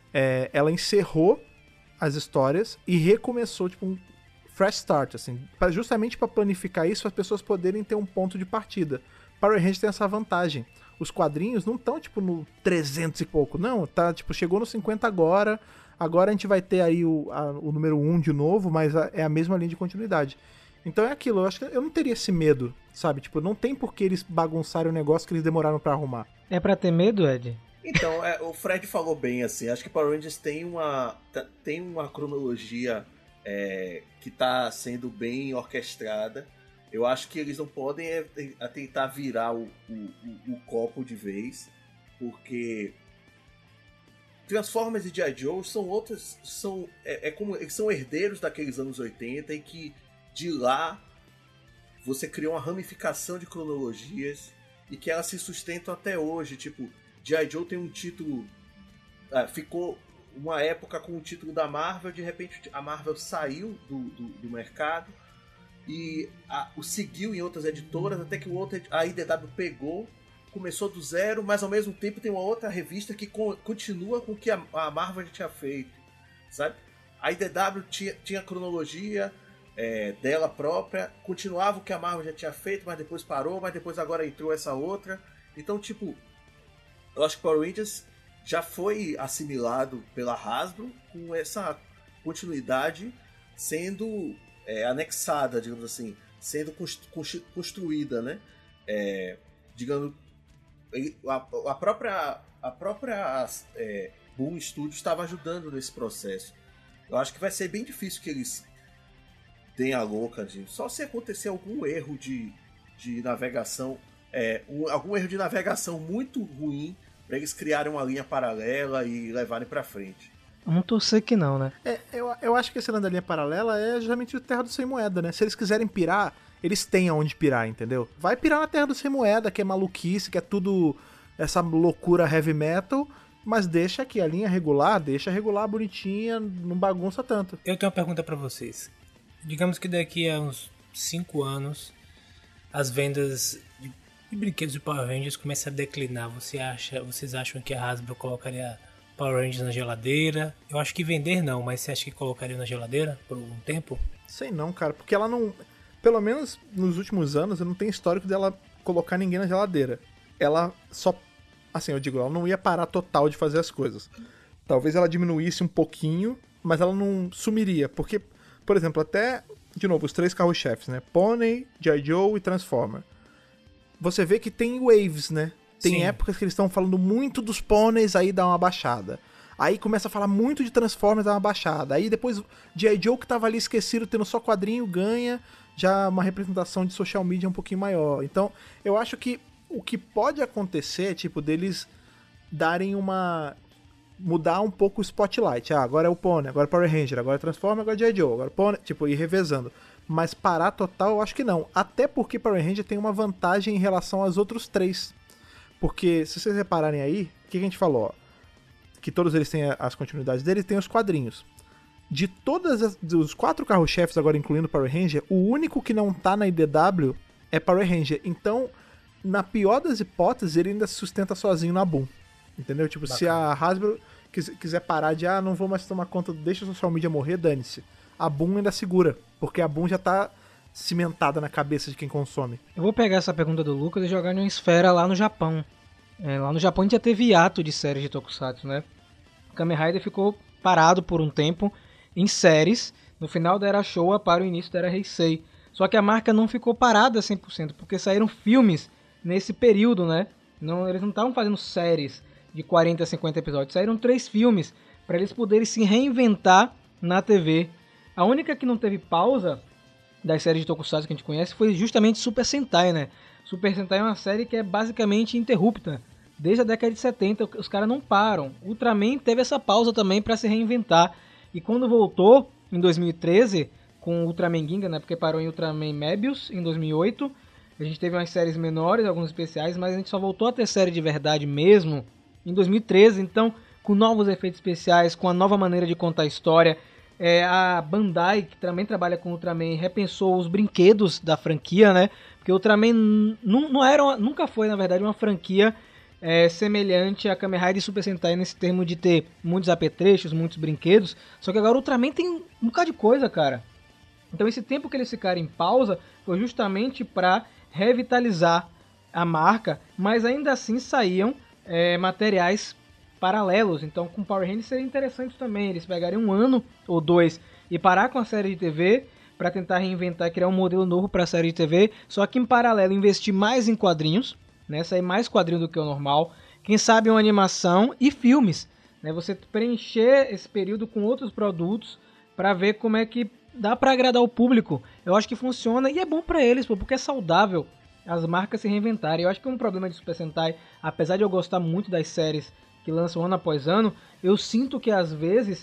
ela encerrou as histórias e recomeçou, tipo, um fresh start, assim, justamente pra planificar isso, as pessoas poderem ter um ponto de partida. Power Rangers tem essa vantagem. Os quadrinhos não estão, tipo, no 300 e pouco, não, tá, tipo, chegou no 50 agora a gente vai ter aí o número 1 de novo, mas é a mesma linha de continuidade. Então é aquilo, eu acho que eu não teria esse medo, sabe, tipo, não tem por que eles bagunçarem o negócio que eles demoraram pra arrumar. É pra ter medo, Ed? Então, o Fred falou bem, assim, acho que Power Rangers tem uma cronologia que tá sendo bem orquestrada. Eu acho que eles não podem tentar virar o copo de vez, porque Transformers e G.I. Joe são outros, como eles são herdeiros daqueles anos 80 e que de lá você criou uma ramificação de cronologias e que elas se sustentam até hoje. Tipo, G.I. Joe tem um título, ficou uma época com o título da Marvel, de repente a Marvel saiu do mercado e o seguiu em outras editoras, até que a IDW pegou, começou do zero, mas ao mesmo tempo tem uma outra revista que continua com o que a Marvel já tinha feito, sabe? A IDW tinha cronologia dela própria, continuava o que a Marvel já tinha feito, mas depois parou, mas depois agora entrou essa outra. Então, tipo, eu acho que Power Rangers já foi assimilado pela Hasbro com essa continuidade sendo anexada, digamos assim, sendo construída, né? Digamos, a própria Boom Studios estava ajudando nesse processo. Eu acho que vai ser bem difícil que eles deem a louca, só se acontecer algum erro de navegação algum erro de navegação muito ruim para eles criarem uma linha paralela e levarem para frente. Vamos torcer que não, né? Eu acho que esse lance da linha paralela é justamente o Terra do Sem Moeda, né? Se eles quiserem pirar, eles têm aonde pirar, entendeu? Vai pirar na Terra do Sem Moeda, que é maluquice, que é tudo essa loucura heavy metal, mas deixa aqui a linha regular, deixa regular bonitinha, não bagunça tanto. Eu tenho uma pergunta pra vocês. Digamos que daqui a uns 5 anos as vendas de brinquedos de Power Rangers começam a declinar. Vocês acham que a Hasbro colocaria Power Rangers na geladeira? Eu acho que vender não, mas você acha que colocaria na geladeira por algum tempo? Sei não, cara, porque ela não... Pelo menos nos últimos anos, eu não tenho histórico dela colocar ninguém na geladeira. Ela só... Assim, eu digo, ela não ia parar total de fazer as coisas. Talvez ela diminuísse um pouquinho, mas ela não sumiria. Porque, por exemplo, até, de novo, os 3 carros-chefes, né? Pony, G.I. Joe e Transformer. Você vê que tem waves, né? Tem Sim. épocas que eles estão falando muito dos pôneis, aí dá uma baixada. Aí começa a falar muito de Transformers, dá uma baixada. Aí depois G.I. Joe, que tava ali esquecido, tendo só quadrinho, ganha já uma representação de social media um pouquinho maior. Então, eu acho que o que pode acontecer é, tipo, deles darem uma... Mudar um pouco o spotlight. Ah, agora é o Pony, agora é o Power Ranger, agora é Transformer, agora é G.I. Joe, agora é Pony... Tipo, ir revezando. Mas parar total, eu acho que não. Até porque Power Ranger tem uma vantagem em relação aos outros 3. Porque, se vocês repararem aí, o que a gente falou? Ó, que todos eles têm as continuidades deles, tem os quadrinhos. De dos 4 carros-chefes, agora incluindo Power Ranger, o único que não tá na IDW é Power Ranger. Então, na pior das hipóteses, ele ainda se sustenta sozinho na Boom. Entendeu? Tipo, bacana. Se a Hasbro quiser parar de, não vou mais tomar conta, deixa a social media morrer, dane-se. A Boom ainda segura, porque a Boom já tá cimentada na cabeça de quem consome. Eu vou pegar essa pergunta do Lucas e jogar em uma esfera lá no Japão. Lá no Japão a gente já teve hiato de séries de Tokusatsu, né? O Kamen Rider ficou parado por um tempo em séries, no final da Era Showa para o início da Era Heisei. Só que a marca não ficou parada 100%, porque saíram filmes nesse período, né? Eles não estavam fazendo séries de 40 a 50 episódios, saíram 3 filmes para eles poderem se reinventar na TV. A única que não teve pausa das séries de Tokusatsu que a gente conhece foi justamente Super Sentai, né? Super Sentai é uma série que é basicamente interrupta. Desde a década de 70, os caras não param. Ultraman teve essa pausa também para se reinventar. E quando voltou, em 2013, com Ultraman Ginga, né? Porque parou em Ultraman Mebius, em 2008. A gente teve umas séries menores, alguns especiais, mas a gente só voltou a ter série de verdade mesmo em 2013. Então, com novos efeitos especiais, com a nova maneira de contar a história. A Bandai, que também trabalha com Ultraman, repensou os brinquedos da franquia, né? Porque Ultraman nunca foi, na verdade, uma franquia semelhante a Kamen Rider e Super Sentai nesse termo de ter muitos apetrechos, muitos brinquedos. Só que agora o Ultraman tem um bocado de coisa, cara. Então esse tempo que eles ficaram em pausa foi justamente para revitalizar a marca, mas ainda assim saíam materiais paralelos. Então com Power Rangers seria interessante também eles pegarem 1 ano ou 2 e parar com a série de TV para tentar reinventar e criar um modelo novo para a série de TV, só que em paralelo investir mais em quadrinhos, né, sair mais quadrinho do que o normal, quem sabe uma animação e filmes, né, você preencher esse período com outros produtos para ver como é que dá para agradar o público. Eu acho que funciona e é bom para eles, porque é saudável as marcas se reinventarem. Eu acho que um problema de Super Sentai, apesar de eu gostar muito das séries que lançam ano após ano, eu sinto que às vezes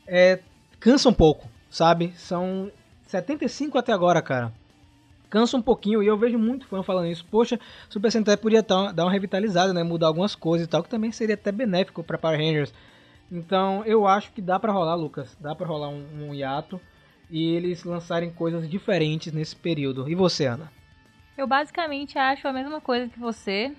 cansa um pouco, sabe? São 75 até agora, cara. Cansa um pouquinho, e eu vejo muito fã falando isso. Poxa, Super Sentai podia dar uma revitalizada, né? Mudar algumas coisas e tal, que também seria até benéfico para Power Rangers. Então, eu acho que dá pra rolar, Lucas. Dá pra rolar um hiato e eles lançarem coisas diferentes nesse período. E você, Ana? Eu basicamente acho a mesma coisa que você,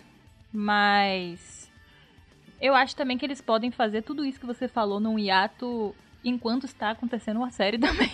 mas eu acho também que eles podem fazer tudo isso que você falou num hiato enquanto está acontecendo uma série também.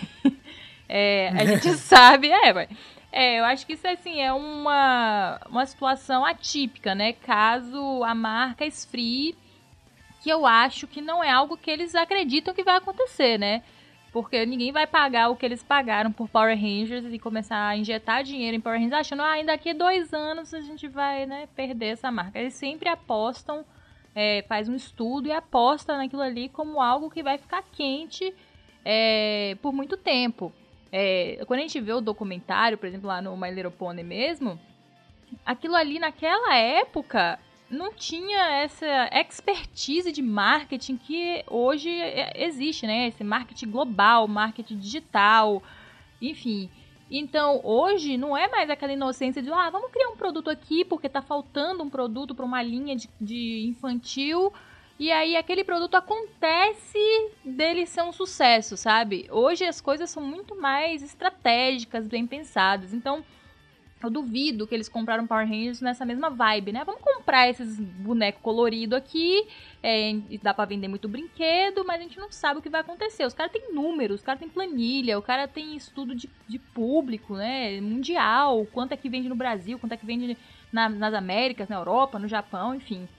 A gente sabe, eu acho que isso assim, é uma situação atípica, né? Caso a marca esfrie, que eu acho que não é algo que eles acreditam que vai acontecer, né? Porque ninguém vai pagar o que eles pagaram por Power Rangers e começar a injetar dinheiro em Power Rangers achando, daqui a 2 anos a gente vai, né, perder essa marca. Eles sempre apostam, faz um estudo e aposta naquilo ali como algo que vai ficar quente por muito tempo. Quando a gente vê o documentário, por exemplo, lá no My Little Pony mesmo, aquilo ali naquela época não tinha essa expertise de marketing que hoje existe, né? Esse marketing global, marketing digital, enfim. Então, hoje não é mais aquela inocência de, vamos criar um produto aqui porque tá faltando um produto para uma linha de infantil, e aí aquele produto acontece dele ser um sucesso, sabe? Hoje as coisas são muito mais estratégicas, bem pensadas. Então, eu duvido que eles compraram Power Rangers nessa mesma vibe, né? Vamos comprar esses bonecos coloridos aqui, dá pra vender muito brinquedo, mas a gente não sabe o que vai acontecer. Os caras têm números, os caras têm planilha, o cara tem estudo de público, né? Mundial, quanto é que vende no Brasil, quanto é que vende nas Américas, na Europa, no Japão, enfim.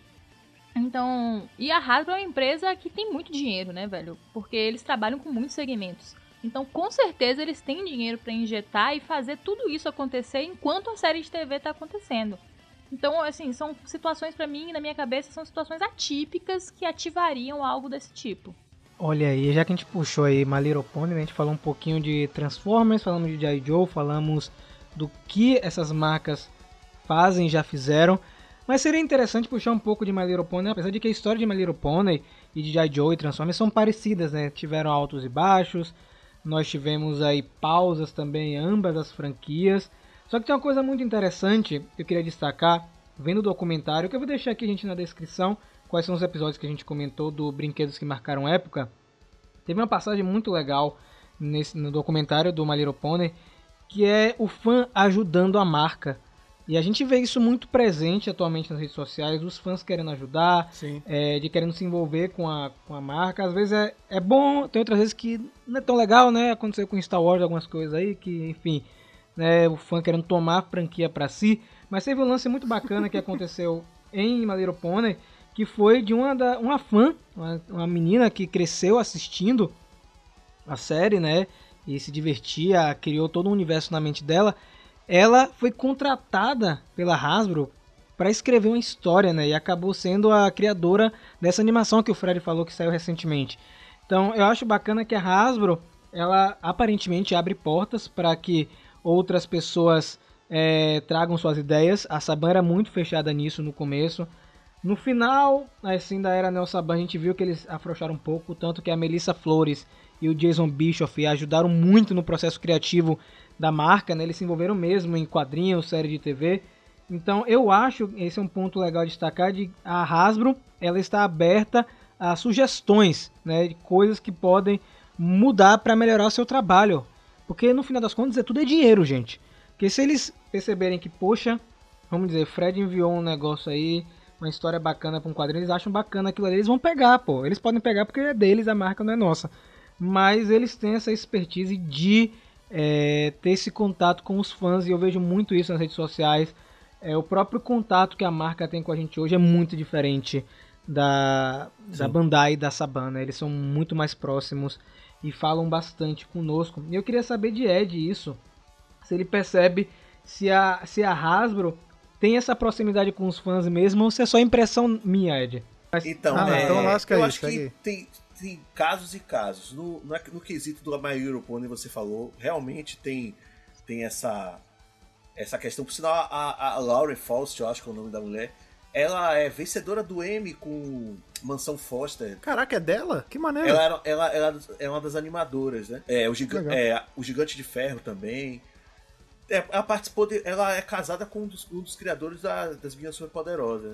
Então, e a Hasbro é uma empresa que tem muito dinheiro, né, velho? Porque eles trabalham com muitos segmentos. Então, com certeza, eles têm dinheiro para injetar e fazer tudo isso acontecer enquanto a série de TV tá acontecendo. Então, assim, são situações para mim, na minha cabeça, são situações atípicas que ativariam algo desse tipo. Olha aí, já que a gente puxou aí My Little Pony, né, a gente falou um pouquinho de Transformers, falamos de G.I. Joe, falamos do que essas marcas fazem, já fizeram. Mas seria interessante puxar um pouco de My Little Pony, apesar de que a história de My Little Pony e de G.I. Joe e Transformers são parecidas, né? Tiveram altos e baixos. Nós tivemos aí pausas também em ambas as franquias. Só que tem uma coisa muito interessante que eu queria destacar, vendo o documentário, que eu vou deixar aqui, gente, na descrição, quais são os episódios que a gente comentou do Brinquedos que Marcaram Época. Teve uma passagem muito legal no documentário do My Little Pony, que é o fã ajudando a marca. E a gente vê isso muito presente atualmente nas redes sociais, os fãs querendo ajudar, de querendo se envolver com a marca. Às vezes é bom, tem outras vezes que não é tão legal, né? Aconteceu com Star Wars algumas coisas aí, que enfim, né, o fã querendo tomar a franquia pra si. Mas teve um lance muito bacana que aconteceu em My Little Pony, que foi de uma fã, uma menina que cresceu assistindo a série, né? E se divertia, criou todo um universo na mente dela. Ela foi contratada pela Hasbro para escrever uma história, né? E acabou sendo a criadora dessa animação que o Fred falou que saiu recentemente. Então, eu acho bacana que a Hasbro, ela aparentemente abre portas para que outras pessoas tragam suas ideias. A Saban era muito fechada nisso no começo. No final, assim, da era Neo Saban, a gente viu que eles afrouxaram um pouco, tanto que a Melissa Flores e o Jason Bischoff ajudaram muito no processo criativo da marca, né? Eles se envolveram mesmo em quadrinhos, série de TV. Então eu acho, esse é um ponto legal de destacar, de a Hasbro, ela está aberta a sugestões, né, de coisas que podem mudar para melhorar o seu trabalho. Porque no final das contas tudo é dinheiro, gente. Porque se eles perceberem que, poxa, vamos dizer, Fred enviou um negócio aí, uma história bacana para um quadrinho, eles acham bacana aquilo ali, eles vão pegar, pô. Eles podem pegar porque é deles, a marca não é nossa. Mas eles têm essa expertise de ter esse contato com os fãs, e eu vejo muito isso nas redes sociais. O próprio contato que a marca tem com a gente hoje é muito diferente da Bandai e da Saban, né? Eles são muito mais próximos e falam bastante conosco. E eu queria saber de Ed isso, se ele percebe se a Hasbro tem essa proximidade com os fãs mesmo, ou se é só impressão minha, Ed. Então, então lasca eu aí, acho que tem casos e casos. No quesito do My Little Pony, você falou, realmente tem essa questão. Por sinal, a Lauren Faust, eu acho que é o nome da mulher, ela é vencedora do Emmy com Mansão Foster. Caraca, é dela? Que maneiro. Ela é uma das animadoras, né? O Gigante de Ferro também. Ela participou ela é casada com um dos criadores das Meninas Superpoderosas,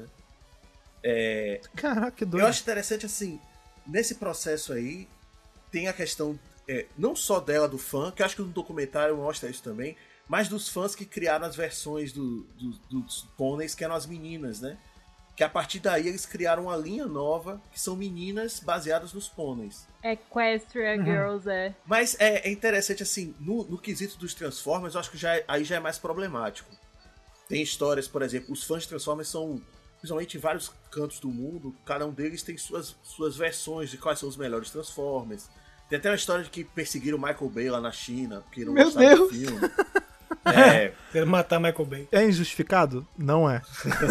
né? Caraca, que doido. Eu acho interessante, assim, nesse processo aí, tem a questão não só dela, do fã, que eu acho que no documentário mostra isso também, mas dos fãs que criaram as versões dos pôneis, que eram as meninas, né? Que a partir daí eles criaram uma linha nova, que são meninas baseadas nos pôneis. Equestria Girls, Mas é interessante, assim, no quesito dos Transformers, eu acho que aí já é mais problemático. Tem histórias, por exemplo, os fãs de Transformers são, principalmente em vários cantos do mundo, cada um deles tem suas versões de quais são os melhores Transformers. Tem até uma história de que perseguiram o Michael Bay lá na China, porque não gostaram do filme. Quero matar Michael Bay. É injustificado? Não é.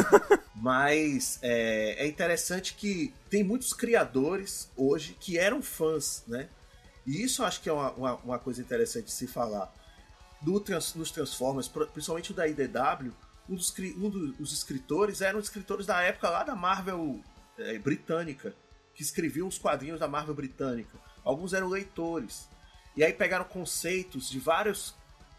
Mas é interessante que tem muitos criadores hoje que eram fãs, né? E isso eu acho que é uma coisa interessante de se falar. Nos Transformers, principalmente o da IDW, dos escritores eram escritores da época lá da Marvel britânica, que escreviam os quadrinhos da Marvel britânica. Alguns eram leitores. E aí pegaram conceitos de vários...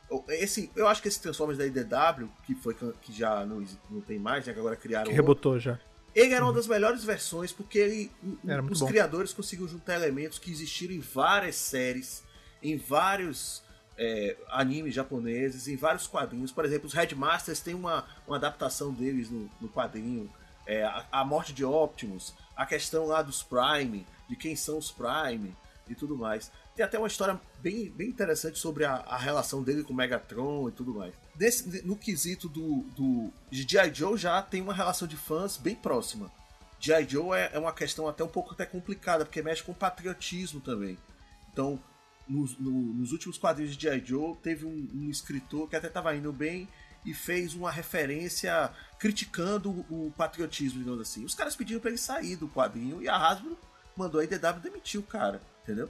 eu acho que esse Transformers da IDW, que já não tem mais, né, que agora criaram... Que rebotou já. Ele era uma das melhores versões, porque os bom. criadores conseguiram juntar elementos que existiram em várias séries, em vários animes japoneses, em vários quadrinhos. Por exemplo, os Headmasters tem uma adaptação deles no quadrinho. A morte de Optimus, a questão lá dos Prime, de quem são os Prime e tudo mais. Tem até uma história bem interessante sobre a relação dele com o Megatron e tudo mais. No quesito de G.I. Joe já tem uma relação de fãs bem próxima. G.I. Joe é uma questão até um pouco complicada, porque mexe com patriotismo também. Então, nos últimos quadrinhos de G.I. Joe, teve um escritor que até estava indo bem e fez uma referência criticando o patriotismo, digamos assim. Os caras pediram para ele sair do quadrinho e a Hasbro mandou a IDW demitir o cara, entendeu?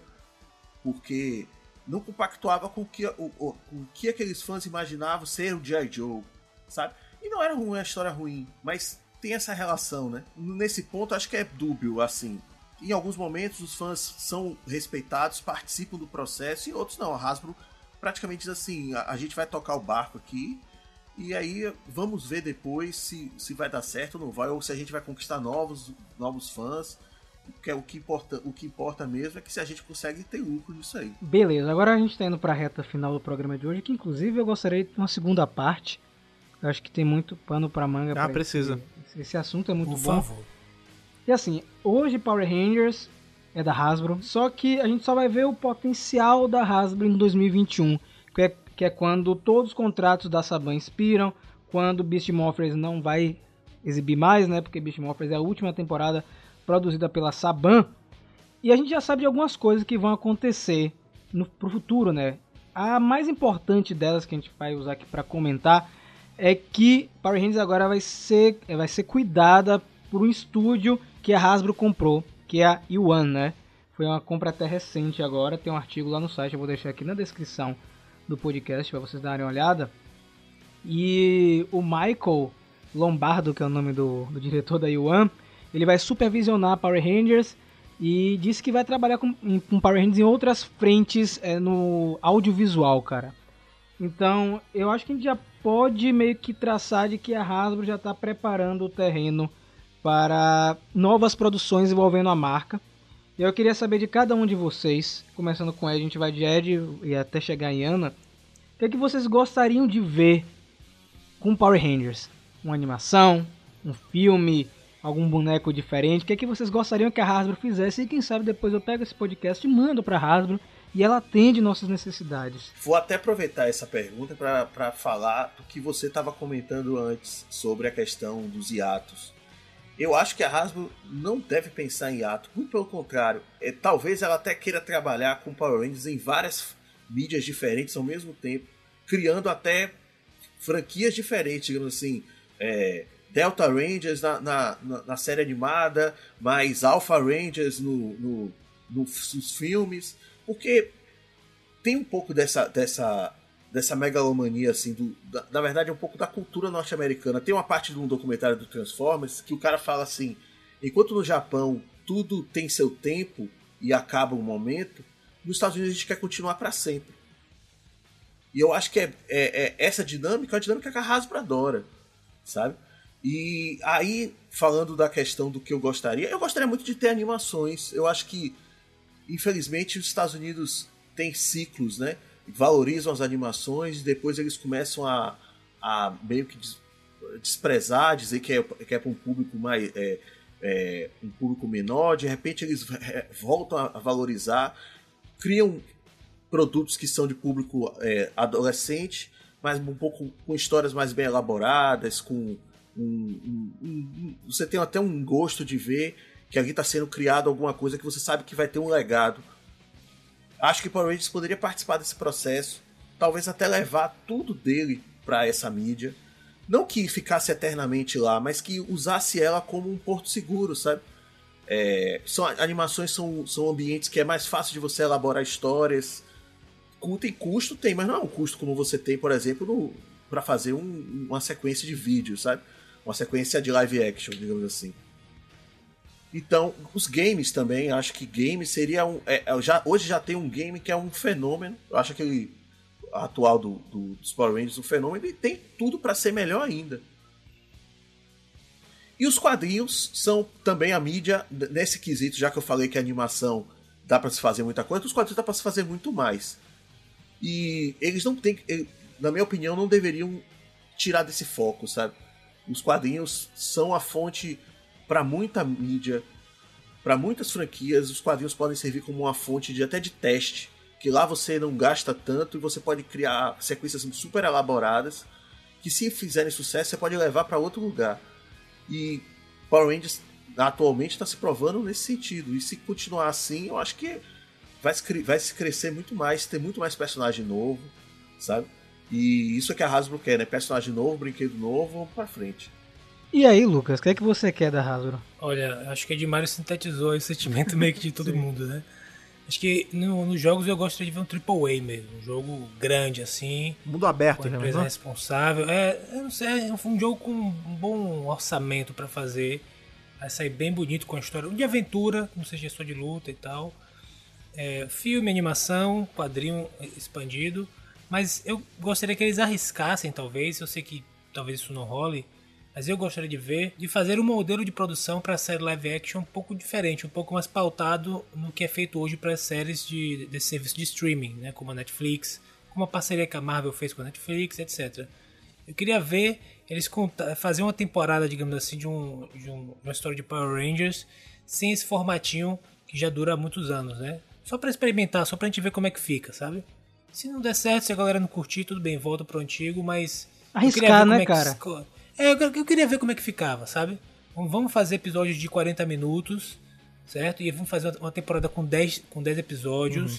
Porque não compactuava com o que aqueles fãs imaginavam ser o G.I. Joe, sabe? E não era uma história ruim, mas tem essa relação, né? Nesse ponto, acho que é dúbio, assim. Em alguns momentos, os fãs são respeitados, participam do processo, e outros não. A Hasbro praticamente diz assim, a gente vai tocar o barco aqui, e aí vamos ver depois se vai dar certo ou não vai, ou se a gente vai conquistar novos fãs. Que é o que importa mesmo é que se a gente consegue ter lucro nisso aí. Beleza, agora a gente está indo para a reta final do programa de hoje, que inclusive eu gostaria de uma segunda parte. Eu acho que tem muito pano para manga. Precisa. Esse assunto é muito bom. Por favor. E assim, hoje Power Rangers é da Hasbro, só que a gente só vai ver o potencial da Hasbro em 2021, que é quando todos os contratos da Saban expiram, quando Beast Morphers não vai exibir mais, né? Porque Beast Morphers é a última temporada produzida pela Saban, e a gente já sabe de algumas coisas que vão acontecer pro futuro, né? A mais importante delas que a gente vai usar aqui para comentar é que Power Rangers agora vai ser cuidada por um estúdio que a Hasbro comprou, que é a Yuan, né? Foi uma compra até recente agora, tem um artigo lá no site, eu vou deixar aqui na descrição do podcast para vocês darem uma olhada. E o Michael Lombardo, que é o nome do diretor da Yuan, ele vai supervisionar Power Rangers e disse que vai trabalhar com Power Rangers em outras frentes no audiovisual, cara. Então, eu acho que a gente já pode meio que traçar de que a Hasbro já está preparando o terreno para novas produções envolvendo a marca. E eu queria saber de cada um de vocês, começando com Ed, a gente vai de Ed e até chegar em Ana, o que é que vocês gostariam de ver com Power Rangers? Uma animação, um filme, algum boneco diferente? O que é que vocês gostariam que a Hasbro fizesse? E quem sabe depois eu pego esse podcast e mando para a Hasbro e ela atende nossas necessidades. Vou até aproveitar essa pergunta para falar do que você estava comentando antes sobre a questão dos hiatos. Eu acho que a Hasbro não deve pensar em hiato, muito pelo contrário. Talvez ela até queira trabalhar com Power Rangers em várias mídias diferentes ao mesmo tempo, criando até franquias diferentes, digamos assim, Delta Rangers na série animada, mais Alpha Rangers nos filmes, porque tem um pouco dessa megalomania, assim, na verdade é um pouco da cultura norte-americana. Tem uma parte de um documentário do Transformers que o cara fala assim, enquanto no Japão tudo tem seu tempo e acaba um momento, nos Estados Unidos a gente quer continuar para sempre. E eu acho que essa dinâmica é a dinâmica que a Hasbro adora, sabe? E aí, falando da questão do que eu gostaria muito de ter animações. Eu acho que, infelizmente, os Estados Unidos têm ciclos, né? Valorizam as animações e depois eles começam a meio que desprezar, dizer que é para um público mais um público menor. De repente eles voltam a valorizar, criam produtos que são de público adolescente, mas um pouco com histórias mais bem elaboradas, com você tem até um gosto de ver que ali está sendo criado alguma coisa que você sabe que vai ter um legado. Acho que Power Rangers poderia participar desse processo, talvez até levar tudo dele para essa mídia. Não que ficasse eternamente lá, mas que usasse ela como um porto seguro, sabe? Animações são ambientes que é mais fácil de você elaborar histórias. Tem custo, mas não é um custo como você tem, por exemplo, pra fazer uma sequência de vídeos, sabe? Uma sequência de live action, digamos assim. Então, os games também, acho que game seria hoje já tem um game que é um fenômeno. Eu acho aquele atual dos Power Rangers um fenômeno e tem tudo pra ser melhor ainda. E os quadrinhos são também a mídia, nesse quesito, já que eu falei que a animação dá pra se fazer muita coisa, os quadrinhos dá pra se fazer muito mais. E eles não têm, na minha opinião, não deveriam tirar desse foco, sabe? Os quadrinhos são a fonte para muita mídia, para muitas franquias. Os quadrinhos podem servir como uma fonte até de teste, que lá você não gasta tanto e você pode criar sequências super elaboradas que, se fizerem sucesso, você pode levar para outro lugar. E Power Rangers atualmente está se provando nesse sentido. E se continuar assim, eu acho que vai se crescer muito mais, ter muito mais personagem novo, sabe? E isso é que a Hasbro quer, né? Personagem novo, brinquedo novo, vamos pra frente. E aí, Lucas, o que é que você quer da Hasbro? Olha, acho que a Edmário sintetizou esse sentimento meio que de todo mundo, né? Acho que nos jogos eu gostaria de ver um AAA mesmo, um jogo grande assim. Mundo aberto, com a já empresa não? responsável. Eu não sei, é um jogo com um bom orçamento pra fazer. Vai sair bem bonito com a história. Um de aventura, não seja só de luta e tal. Filme, animação, quadrinho expandido. Mas eu gostaria que eles arriscassem, talvez. Eu sei que talvez isso não role. Mas eu gostaria de fazer um modelo de produção para a série live action um pouco diferente, um pouco mais pautado no que é feito hoje para as séries de serviço de streaming, né, como a Netflix, como a parceria que a Marvel fez com a Netflix, etc. Eu queria ver eles fazer uma temporada, digamos assim, de uma história de Power Rangers sem esse formatinho que já dura há muitos anos, né? Só para experimentar, só para a gente ver como é que fica, sabe? Se não der certo, se a galera não curtir, tudo bem, volta pro antigo, mas... Arriscar, né, cara? Eu queria ver como é que ficava, sabe? Vamos fazer episódios de 40 minutos, certo? E vamos fazer uma temporada com 10 episódios.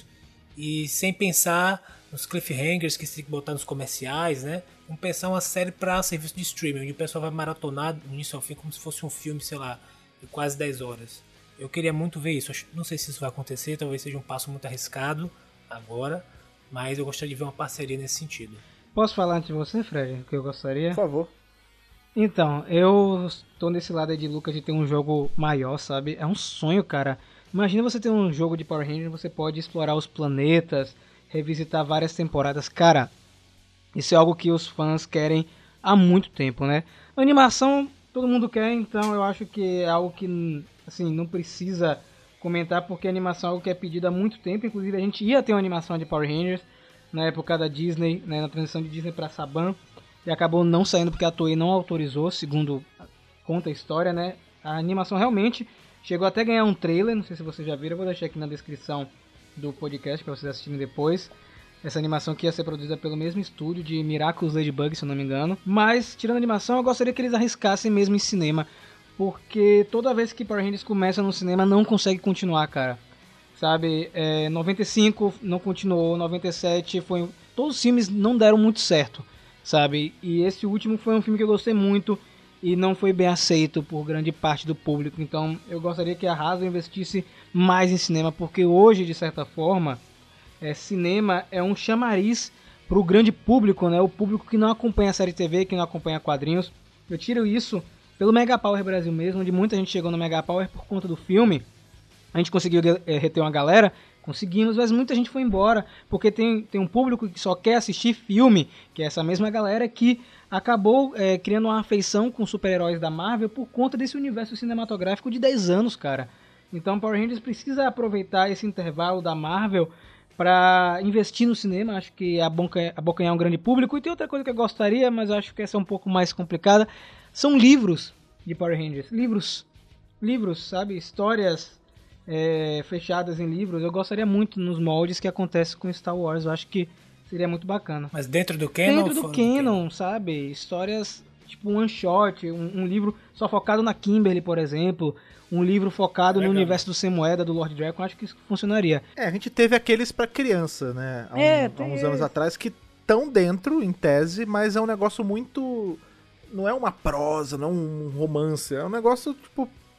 E sem pensar nos cliffhangers que se tem que botar nos comerciais, né? Vamos pensar uma série para serviço de streaming, onde o pessoal vai maratonar do início ao fim como se fosse um filme, sei lá, de quase 10 horas. Eu queria muito ver isso. Não sei se isso vai acontecer, talvez seja um passo muito arriscado agora, mas eu gostaria de ver uma parceria nesse sentido. Posso falar antes de você, Fred, o que eu gostaria? Por favor. Então, eu tô nesse lado aí de Lucas de ter um jogo maior, sabe? É um sonho, cara. Imagina você ter um jogo de Power Rangers, você pode explorar os planetas, revisitar várias temporadas. Cara, isso é algo que os fãs querem há muito tempo, né? A animação todo mundo quer, então eu acho que é algo que, assim, não precisa comentar, porque a animação é algo que é pedido há muito tempo. Inclusive, a gente ia ter uma animação de Power Rangers na época da Disney, né, na transição de Disney para Saban. E acabou não saindo porque a Toei não autorizou, segundo conta a história, né? A animação realmente chegou até a ganhar um trailer, não sei se vocês já viram, eu vou deixar aqui na descrição do podcast para vocês assistirem depois. Essa animação que ia ser produzida pelo mesmo estúdio de Miraculous Ladybug, se eu não me engano. Mas, tirando a animação, eu gostaria que eles arriscassem mesmo em cinema, porque toda vez que Power Rangers começa no cinema, não consegue continuar, cara. Sabe, 95 não continuou, 97 foi... Todos os filmes não deram muito certo, sabe? E esse último foi um filme que eu gostei muito e não foi bem aceito por grande parte do público. Então eu gostaria que a Hasbro investisse mais em cinema, porque hoje, de certa forma, cinema é um chamariz para o grande público, né? O público que não acompanha a série TV, que não acompanha quadrinhos. Eu tiro isso pelo Mega Power Brasil mesmo, onde muita gente chegou no Mega Power por conta do filme. A gente conseguiu reter uma galera, conseguimos, mas muita gente foi embora, porque tem um público que só quer assistir filme, que é essa mesma galera que acabou criando uma afeição com super-heróis da Marvel por conta desse universo cinematográfico de 10 anos, cara. Então Power Rangers precisa aproveitar esse intervalo da Marvel para investir no cinema, acho que abocanhar um grande público. E tem outra coisa que eu gostaria, mas acho que essa é um pouco mais complicada, são livros de Power Rangers. Livros, sabe? Histórias fechadas em livros. Eu gostaria muito nos moldes que acontece com Star Wars. Eu acho que seria muito bacana. Mas dentro do canon? Dentro do canon, sabe? Histórias tipo um one shot, um livro só focado na Kimberly, por exemplo. Um livro focado no universo do Sem Moeda, do Lord Dragon. Acho que isso funcionaria. A gente teve aqueles pra criança, né? Há uns anos atrás, que estão dentro, em tese, mas é um negócio muito... Não é uma prosa, não é um romance. É um negócio, tipo,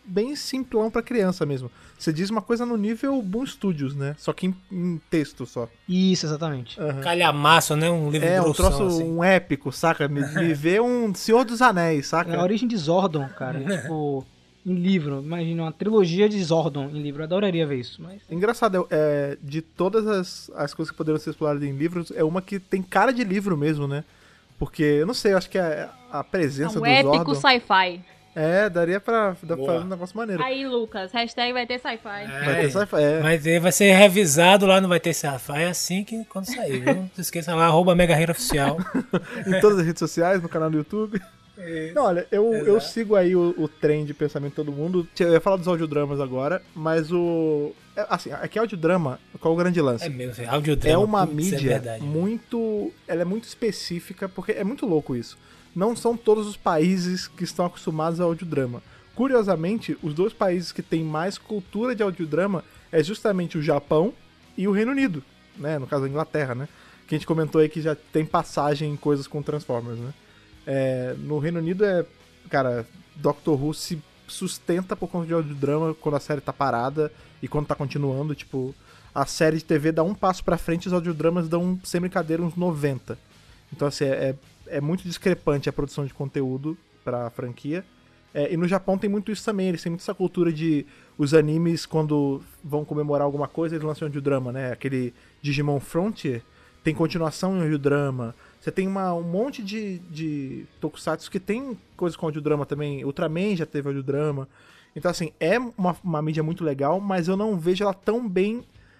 bem simplão pra criança mesmo. Você diz uma coisa no nível Boom Studios, né? Só que em texto só. Isso, exatamente. Calhamaço, né? Um livro Um grossão, troço, assim. um épico, saca? Me vê um Senhor dos Anéis, saca? É a origem de Zordon, cara. Tipo, em livro. Imagina, uma trilogia de Zordon em livro. Eu adoraria ver isso, mas... Engraçado, de todas as coisas que poderiam ser exploradas em livros, é uma que tem cara de livro mesmo, né? Porque, eu não sei, eu acho que a presença do épico Zordon... sci-fi. Daria pra fazer um negócio maneiro. Aí, Lucas, hashtag vai ter sci-fi. Vai ter sci-fi, Mas ele vai ser revisado lá no Vai Ter Sci-Fi assim que quando sair, viu? Não se esqueça lá, @MegaHeroOficial. Em todas as redes sociais, no canal do YouTube. Não, olha, eu sigo aí o trem de pensamento de todo mundo. Eu ia falar dos audiodramas agora, mas assim, aqui audiodrama, qual é o grande lance? É mesmo, audiodrama. É uma putz, mídia verdade, muito... Ela é muito específica, porque é muito louco isso. Não são todos os países que estão acostumados ao audiodrama. Curiosamente, os 2 países que têm mais cultura de audiodrama é justamente o Japão e o Reino Unido, né? No caso, a Inglaterra, né? Que a gente comentou aí que já tem passagem em coisas com Transformers, né? No Reino Unido cara, Doctor Who se sustenta por conta de audiodrama quando a série tá parada e quando tá continuando, tipo, a série de TV dá um passo pra frente e os audiodramas dão, sem brincadeira, uns 90. Então, assim, é muito discrepante a produção de conteúdo pra franquia. E no Japão tem muito isso também, eles têm muito essa cultura de os animes, quando vão comemorar alguma coisa, eles lançam audiodrama, né? Aquele Digimon Frontier tem continuação em audiodrama. Você tem um monte de tokusatsu que tem coisas com audiodrama também. Ultraman já teve audiodrama. Então, assim, é uma mídia muito legal, mas eu não vejo ela tão bem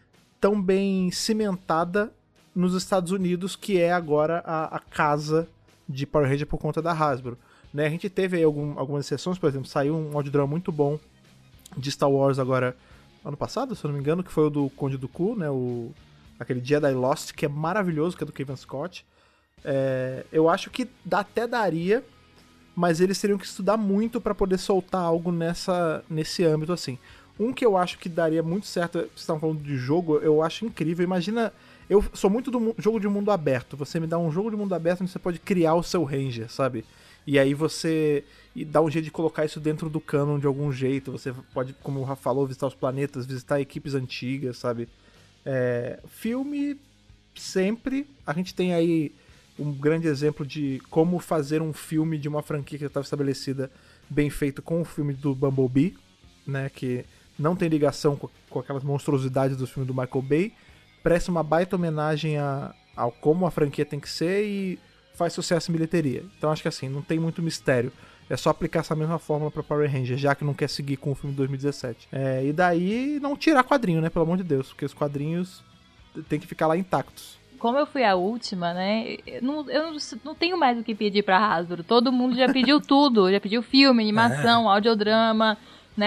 cimentada nos Estados Unidos, que é agora a casa de Power Ranger por conta da Hasbro. Né? A gente teve aí algumas exceções, por exemplo, saiu um audiodrama muito bom de Star Wars agora, ano passado, se eu não me engano, que foi o do Conde Dooku, né? Aquele Jedi Lost, que é maravilhoso, que é do Kevin Scott. Eu acho que até daria, mas eles teriam que estudar muito para poder soltar algo nesse âmbito, assim. Um que eu acho que daria muito certo, vocês estavam falando de jogo, eu acho incrível. Imagina, eu sou muito do jogo de mundo aberto. Você me dá um jogo de mundo aberto onde você pode criar o seu Ranger, sabe? E aí você dá um jeito de colocar isso dentro do canon de algum jeito. Você pode, como o Rafa falou, visitar os planetas, visitar equipes antigas, sabe? Filme, sempre. A gente tem aí um grande exemplo de como fazer um filme de uma franquia que já estava estabelecida, bem feito, com o filme do Bumblebee, né? Que não tem ligação com aquelas monstruosidades do filme do Michael Bay. Presta uma baita homenagem ao como a franquia tem que ser e faz sucesso em bilheteria. Então acho que assim, não tem muito mistério. É só aplicar essa mesma fórmula pra Power Ranger, já que não quer seguir com o filme de 2017. E daí não tirar quadrinho, né? Pelo amor de Deus, porque os quadrinhos tem que ficar lá intactos. Como eu fui a última, né? Eu não tenho mais o que pedir pra Hasbro. Todo mundo já pediu tudo. Já pediu filme, animação, audiodrama,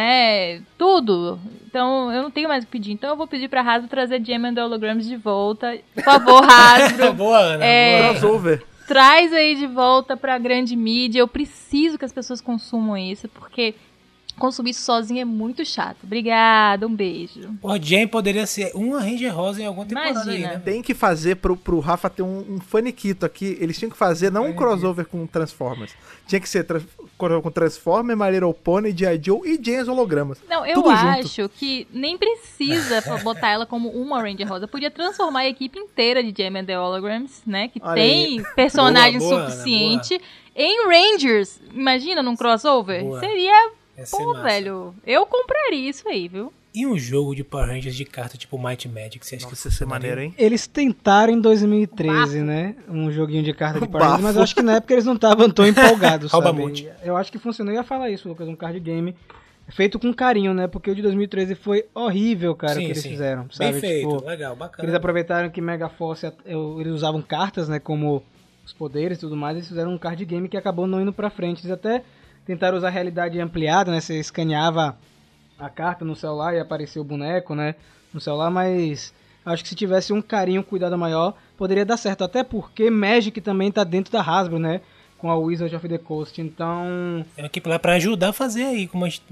né? Tudo. Então eu não tenho mais o que pedir. Então eu vou pedir pra Hasbro trazer Gem and the Holograms de volta. Por favor, Hasbro. Boa, Ana. Boa. Crossover. Traz aí de volta pra grande mídia. Eu preciso que as pessoas consumam isso, porque consumir isso sozinho é muito chato. Obrigada, um beijo. O Jen poderia ser uma Ranger Rosa em alguma temporada. Imagina. Aí, né? Tem que fazer pro Rafa ter um faniquito aqui. Eles tinham que fazer não um crossover com Transformers. Tinha que ser crossover com Transformers, My Little Pony, G.I. Joe e James Hologramas. Não, eu Tudo acho junto. que nem precisa botar ela como uma Ranger Rosa. Podia transformar a equipe inteira de Gem and the Holograms, né? Que Olha tem personagem Boa, suficiente em Rangers. Imagina num crossover. Boa. Seria... Essa Pô, é massa. velho, eu compraria isso aí, viu? E um jogo de Power Rangers de carta tipo Might Magic, você acha que Nossa, isso é maneiro, hein? Eles tentaram em 2013, né? Um joguinho de carta de Power Rangers, Bafo. mas eu acho que na época eles não estavam tão empolgados, Rouba sabe? muito. Eu acho que funcionou. Eu ia falar isso, Lucas, um card game feito com carinho, né? Porque o de 2013 foi horrível, cara, o que eles fizeram, sabe? Bem feito, Tipo, legal, bacana. eles aproveitaram que Mega Force, eles usavam cartas, né? Como os poderes e tudo mais, eles fizeram um card game que acabou não indo pra frente. Eles até tentaram usar a realidade ampliada, né? Você escaneava a carta no celular e aparecia o boneco, né? No celular, mas acho que se tivesse um carinho, um cuidado maior, poderia dar certo. Até porque Magic também tá dentro da Hasbro, né? Com a Wizard of the Coast, então... Tem uma equipe lá pra ajudar a fazer aí,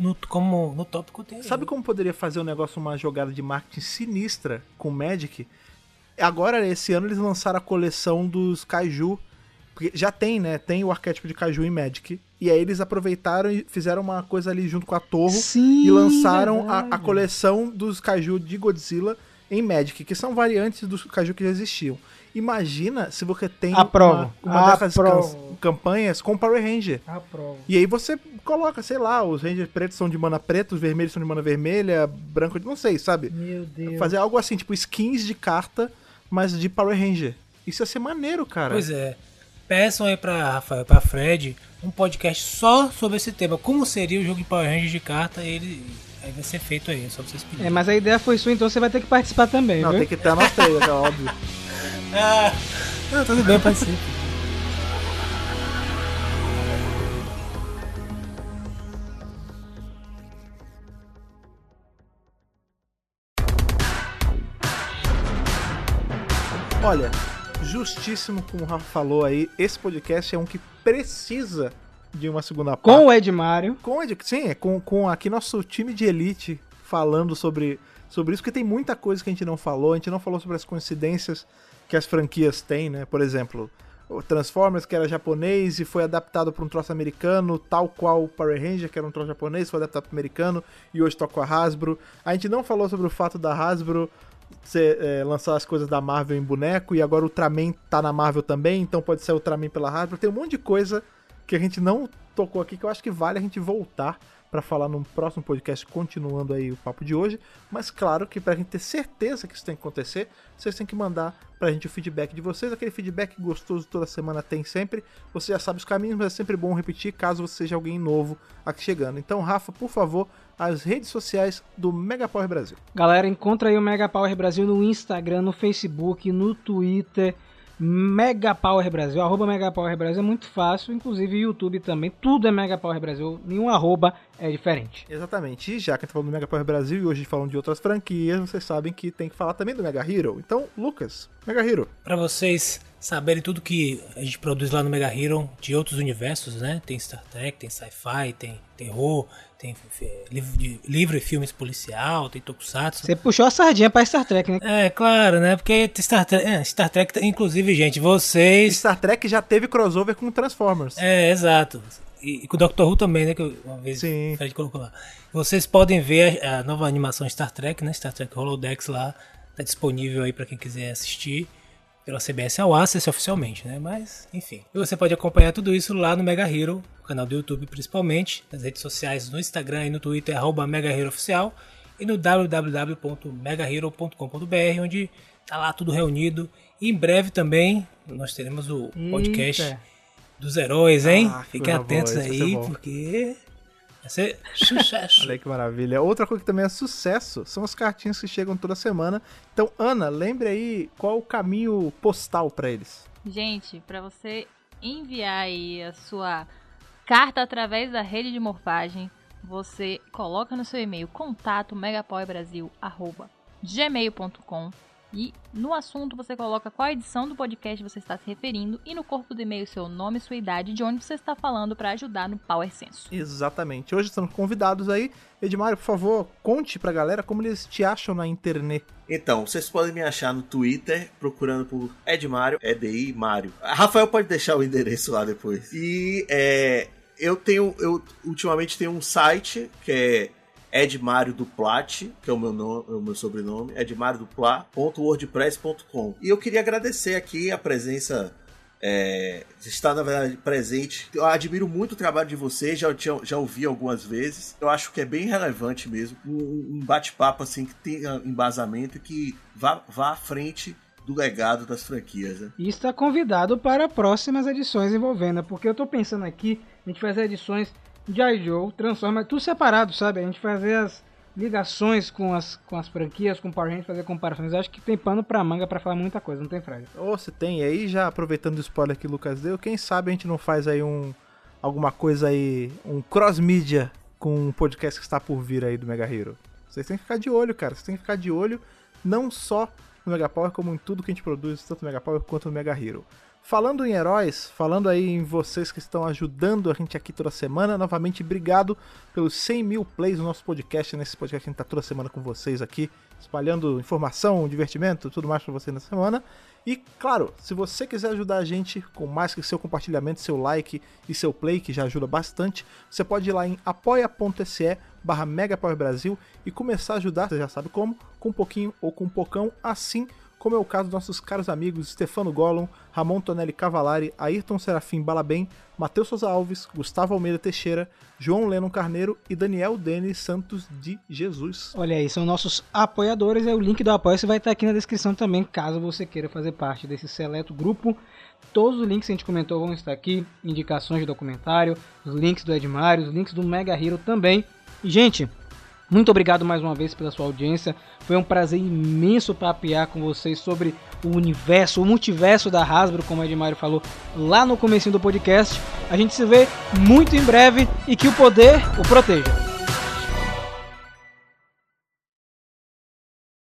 como no tópico tem. Sabe como poderia fazer um negócio, uma jogada de marketing sinistra com Magic? Agora, esse ano, eles lançaram a coleção dos Kaiju, Porque já tem, né? Tem o arquétipo de Kaiju em Magic. E aí eles aproveitaram e fizeram uma coisa ali junto com a Torre. Sim, E lançaram verdade. a coleção dos Kaiju de Godzilla em Magic, que são variantes dos Kaiju que já existiam. Imagina se você tem Aprovo. uma dessas Aprovo. campanhas com Power Ranger. Aprovo. E aí você coloca, sei lá, os Rangers pretos são de mana preta, os vermelhos são de mana vermelha, branco de... não sei, sabe? Meu Deus. Fazer algo assim, tipo skins de carta, mas de Power Ranger. Isso ia ser maneiro, cara. Pois é. Peçam aí pra Rafael, pra Fred, um podcast só sobre esse tema. Como seria o jogo de Power Rangers de carta? Aí vai ser feito aí, só pra vocês pedirem. Mas a ideia foi sua, então você vai ter que participar também, Não, viu? tem que ter a nossa aí, é óbvio. Não, tudo bem, participe. Olha, justíssimo como o Rafa falou aí, esse podcast é um que precisa de uma segunda parte. Com o Ed Mário. Sim, com aqui nosso time de elite falando sobre isso, porque tem muita coisa que a gente não falou sobre as coincidências que as franquias têm, né? Por exemplo, o Transformers, que era japonês e foi adaptado para um troço americano, tal qual o Power Ranger, que era um troço japonês, foi adaptado para americano e hoje toca com a Hasbro. A gente não falou sobre o fato da Hasbro lançar as coisas da Marvel em boneco e agora o Ultraman tá na Marvel também, então pode ser o Ultraman pela Hasbro. Tem um monte de coisa que a gente não tocou aqui que eu acho que vale a gente voltar pra falar num próximo podcast, continuando aí o papo de hoje, mas claro que pra gente ter certeza que isso tem que acontecer, vocês têm que mandar pra gente o feedback de vocês, aquele feedback gostoso toda semana tem sempre, você já sabe os caminhos, mas é sempre bom repetir caso você seja alguém novo aqui chegando. Então, Rafa, por favor, as redes sociais do Mega Power Brasil. Galera, encontra aí o Mega Power Brasil no Instagram, no Facebook, no Twitter, Mega Power Brasil, @Mega Power Brasil é muito fácil, inclusive YouTube também, tudo é Mega Power Brasil, nenhum arroba é diferente. Exatamente, e já que a gente falou do Mega Power Brasil e hoje falando de outras franquias, vocês sabem que tem que falar também do Mega Hero. Então, Lucas, Mega Hero. Pra vocês saberem tudo que a gente produz lá no Mega Hero de outros universos, né? Tem Star Trek, tem Sci-Fi, tem terror, tem livro e filmes policial, tem Tokusatsu. Você puxou a sardinha pra Star Trek, né? É, claro, né? Porque Star Trek, inclusive, gente, vocês... Star Trek já teve crossover com Transformers. É, exato. E com o Dr. Who também, né? Que uma vez Sim. a gente colocou lá. Vocês podem ver a nova animação Star Trek, né? Star Trek Holodeck lá. Tá disponível aí pra quem quiser assistir. Pela CBS ao Access oficialmente, né? Mas, enfim. E você pode acompanhar tudo isso lá no Mega Hero, no canal do YouTube principalmente, nas redes sociais, no Instagram e no Twitter, @MegaHeroOficial, e no www.megahero.com.br, onde tá lá tudo reunido. E em breve também nós teremos o podcast dos heróis, hein? Fiquem atentos aí, porque vai ser sucesso. Olha aí que maravilha. Outra coisa que também é sucesso são as cartinhas que chegam toda semana. Então, Ana, lembre aí qual o caminho postal pra eles. Gente, para você enviar aí a sua carta através da rede de morfagem, você coloca no seu e-mail contato megapowerbrasil@gmail.com e no assunto você coloca qual edição do podcast você está se referindo e no corpo do e-mail seu nome, sua idade e de onde você está falando para ajudar no Power Censo. Exatamente. Hoje estamos convidados aí. Edmário, por favor, conte pra galera como eles te acham na internet. Então, vocês podem me achar no Twitter, procurando por Edmário, EDI Mário. Rafael pode deixar o endereço lá depois. E eu ultimamente tenho um site que é Edmário Duplat, que é o meu sobrenome, edmarioduplat.wordpress.com. E eu queria agradecer aqui a presença, estar na verdade presente. Eu admiro muito o trabalho de vocês, já ouvi algumas vezes. Eu acho que é bem relevante mesmo, um bate-papo assim que tenha embasamento e que vá à frente do legado das franquias, né? E está convidado para próximas edições envolvendo, porque eu tô pensando aqui, a gente fazer edições G.I. Joe, Transformers, tudo separado, sabe? A gente fazer as ligações com as franquias, com o Power Rangers, fazer comparações. Eu acho que tem pano pra manga pra falar muita coisa, não tem, Fred? Ou se tem, e aí já aproveitando o spoiler que o Lucas deu, quem sabe a gente não faz aí alguma coisa aí, um cross-mídia com um podcast que está por vir aí do Mega Hero. Vocês têm que ficar de olho, cara. Vocês têm que ficar de olho não só no Mega Power, como em tudo que a gente produz, tanto no Mega Power quanto no Mega Hero. Falando em heróis, falando aí em vocês que estão ajudando a gente aqui toda semana, novamente obrigado pelos 100 mil plays no nosso podcast, nesse podcast que a gente tá toda semana com vocês aqui, espalhando informação, divertimento, tudo mais pra vocês na semana. E claro, se você quiser ajudar a gente com mais que seu compartilhamento, seu like e seu play, que já ajuda bastante, você pode ir lá em apoia.se/megapowerbrasil e começar a ajudar, você já sabe como, com um pouquinho ou com um pocão, assim como é o caso dos nossos caros amigos Stefano Gollum, Ramon Tonelli Cavalari, Ayrton Serafim Balabem, Matheus Souza Alves, Gustavo Almeida Teixeira, João Lennon Carneiro e Daniel Denis Santos de Jesus. Olha aí, são nossos apoiadores, o link do Apoia-se vai estar aqui na descrição também, caso você queira fazer parte desse seleto grupo. Todos os links que a gente comentou vão estar aqui, indicações de documentário, os links do Edmário, os links do Mega Hero também. E, gente, muito obrigado mais uma vez pela sua audiência. Foi um prazer imenso papear com vocês sobre o universo, o multiverso da Hasbro, como o Edmário falou lá no comecinho do podcast. A gente se vê muito em breve e que o poder o proteja.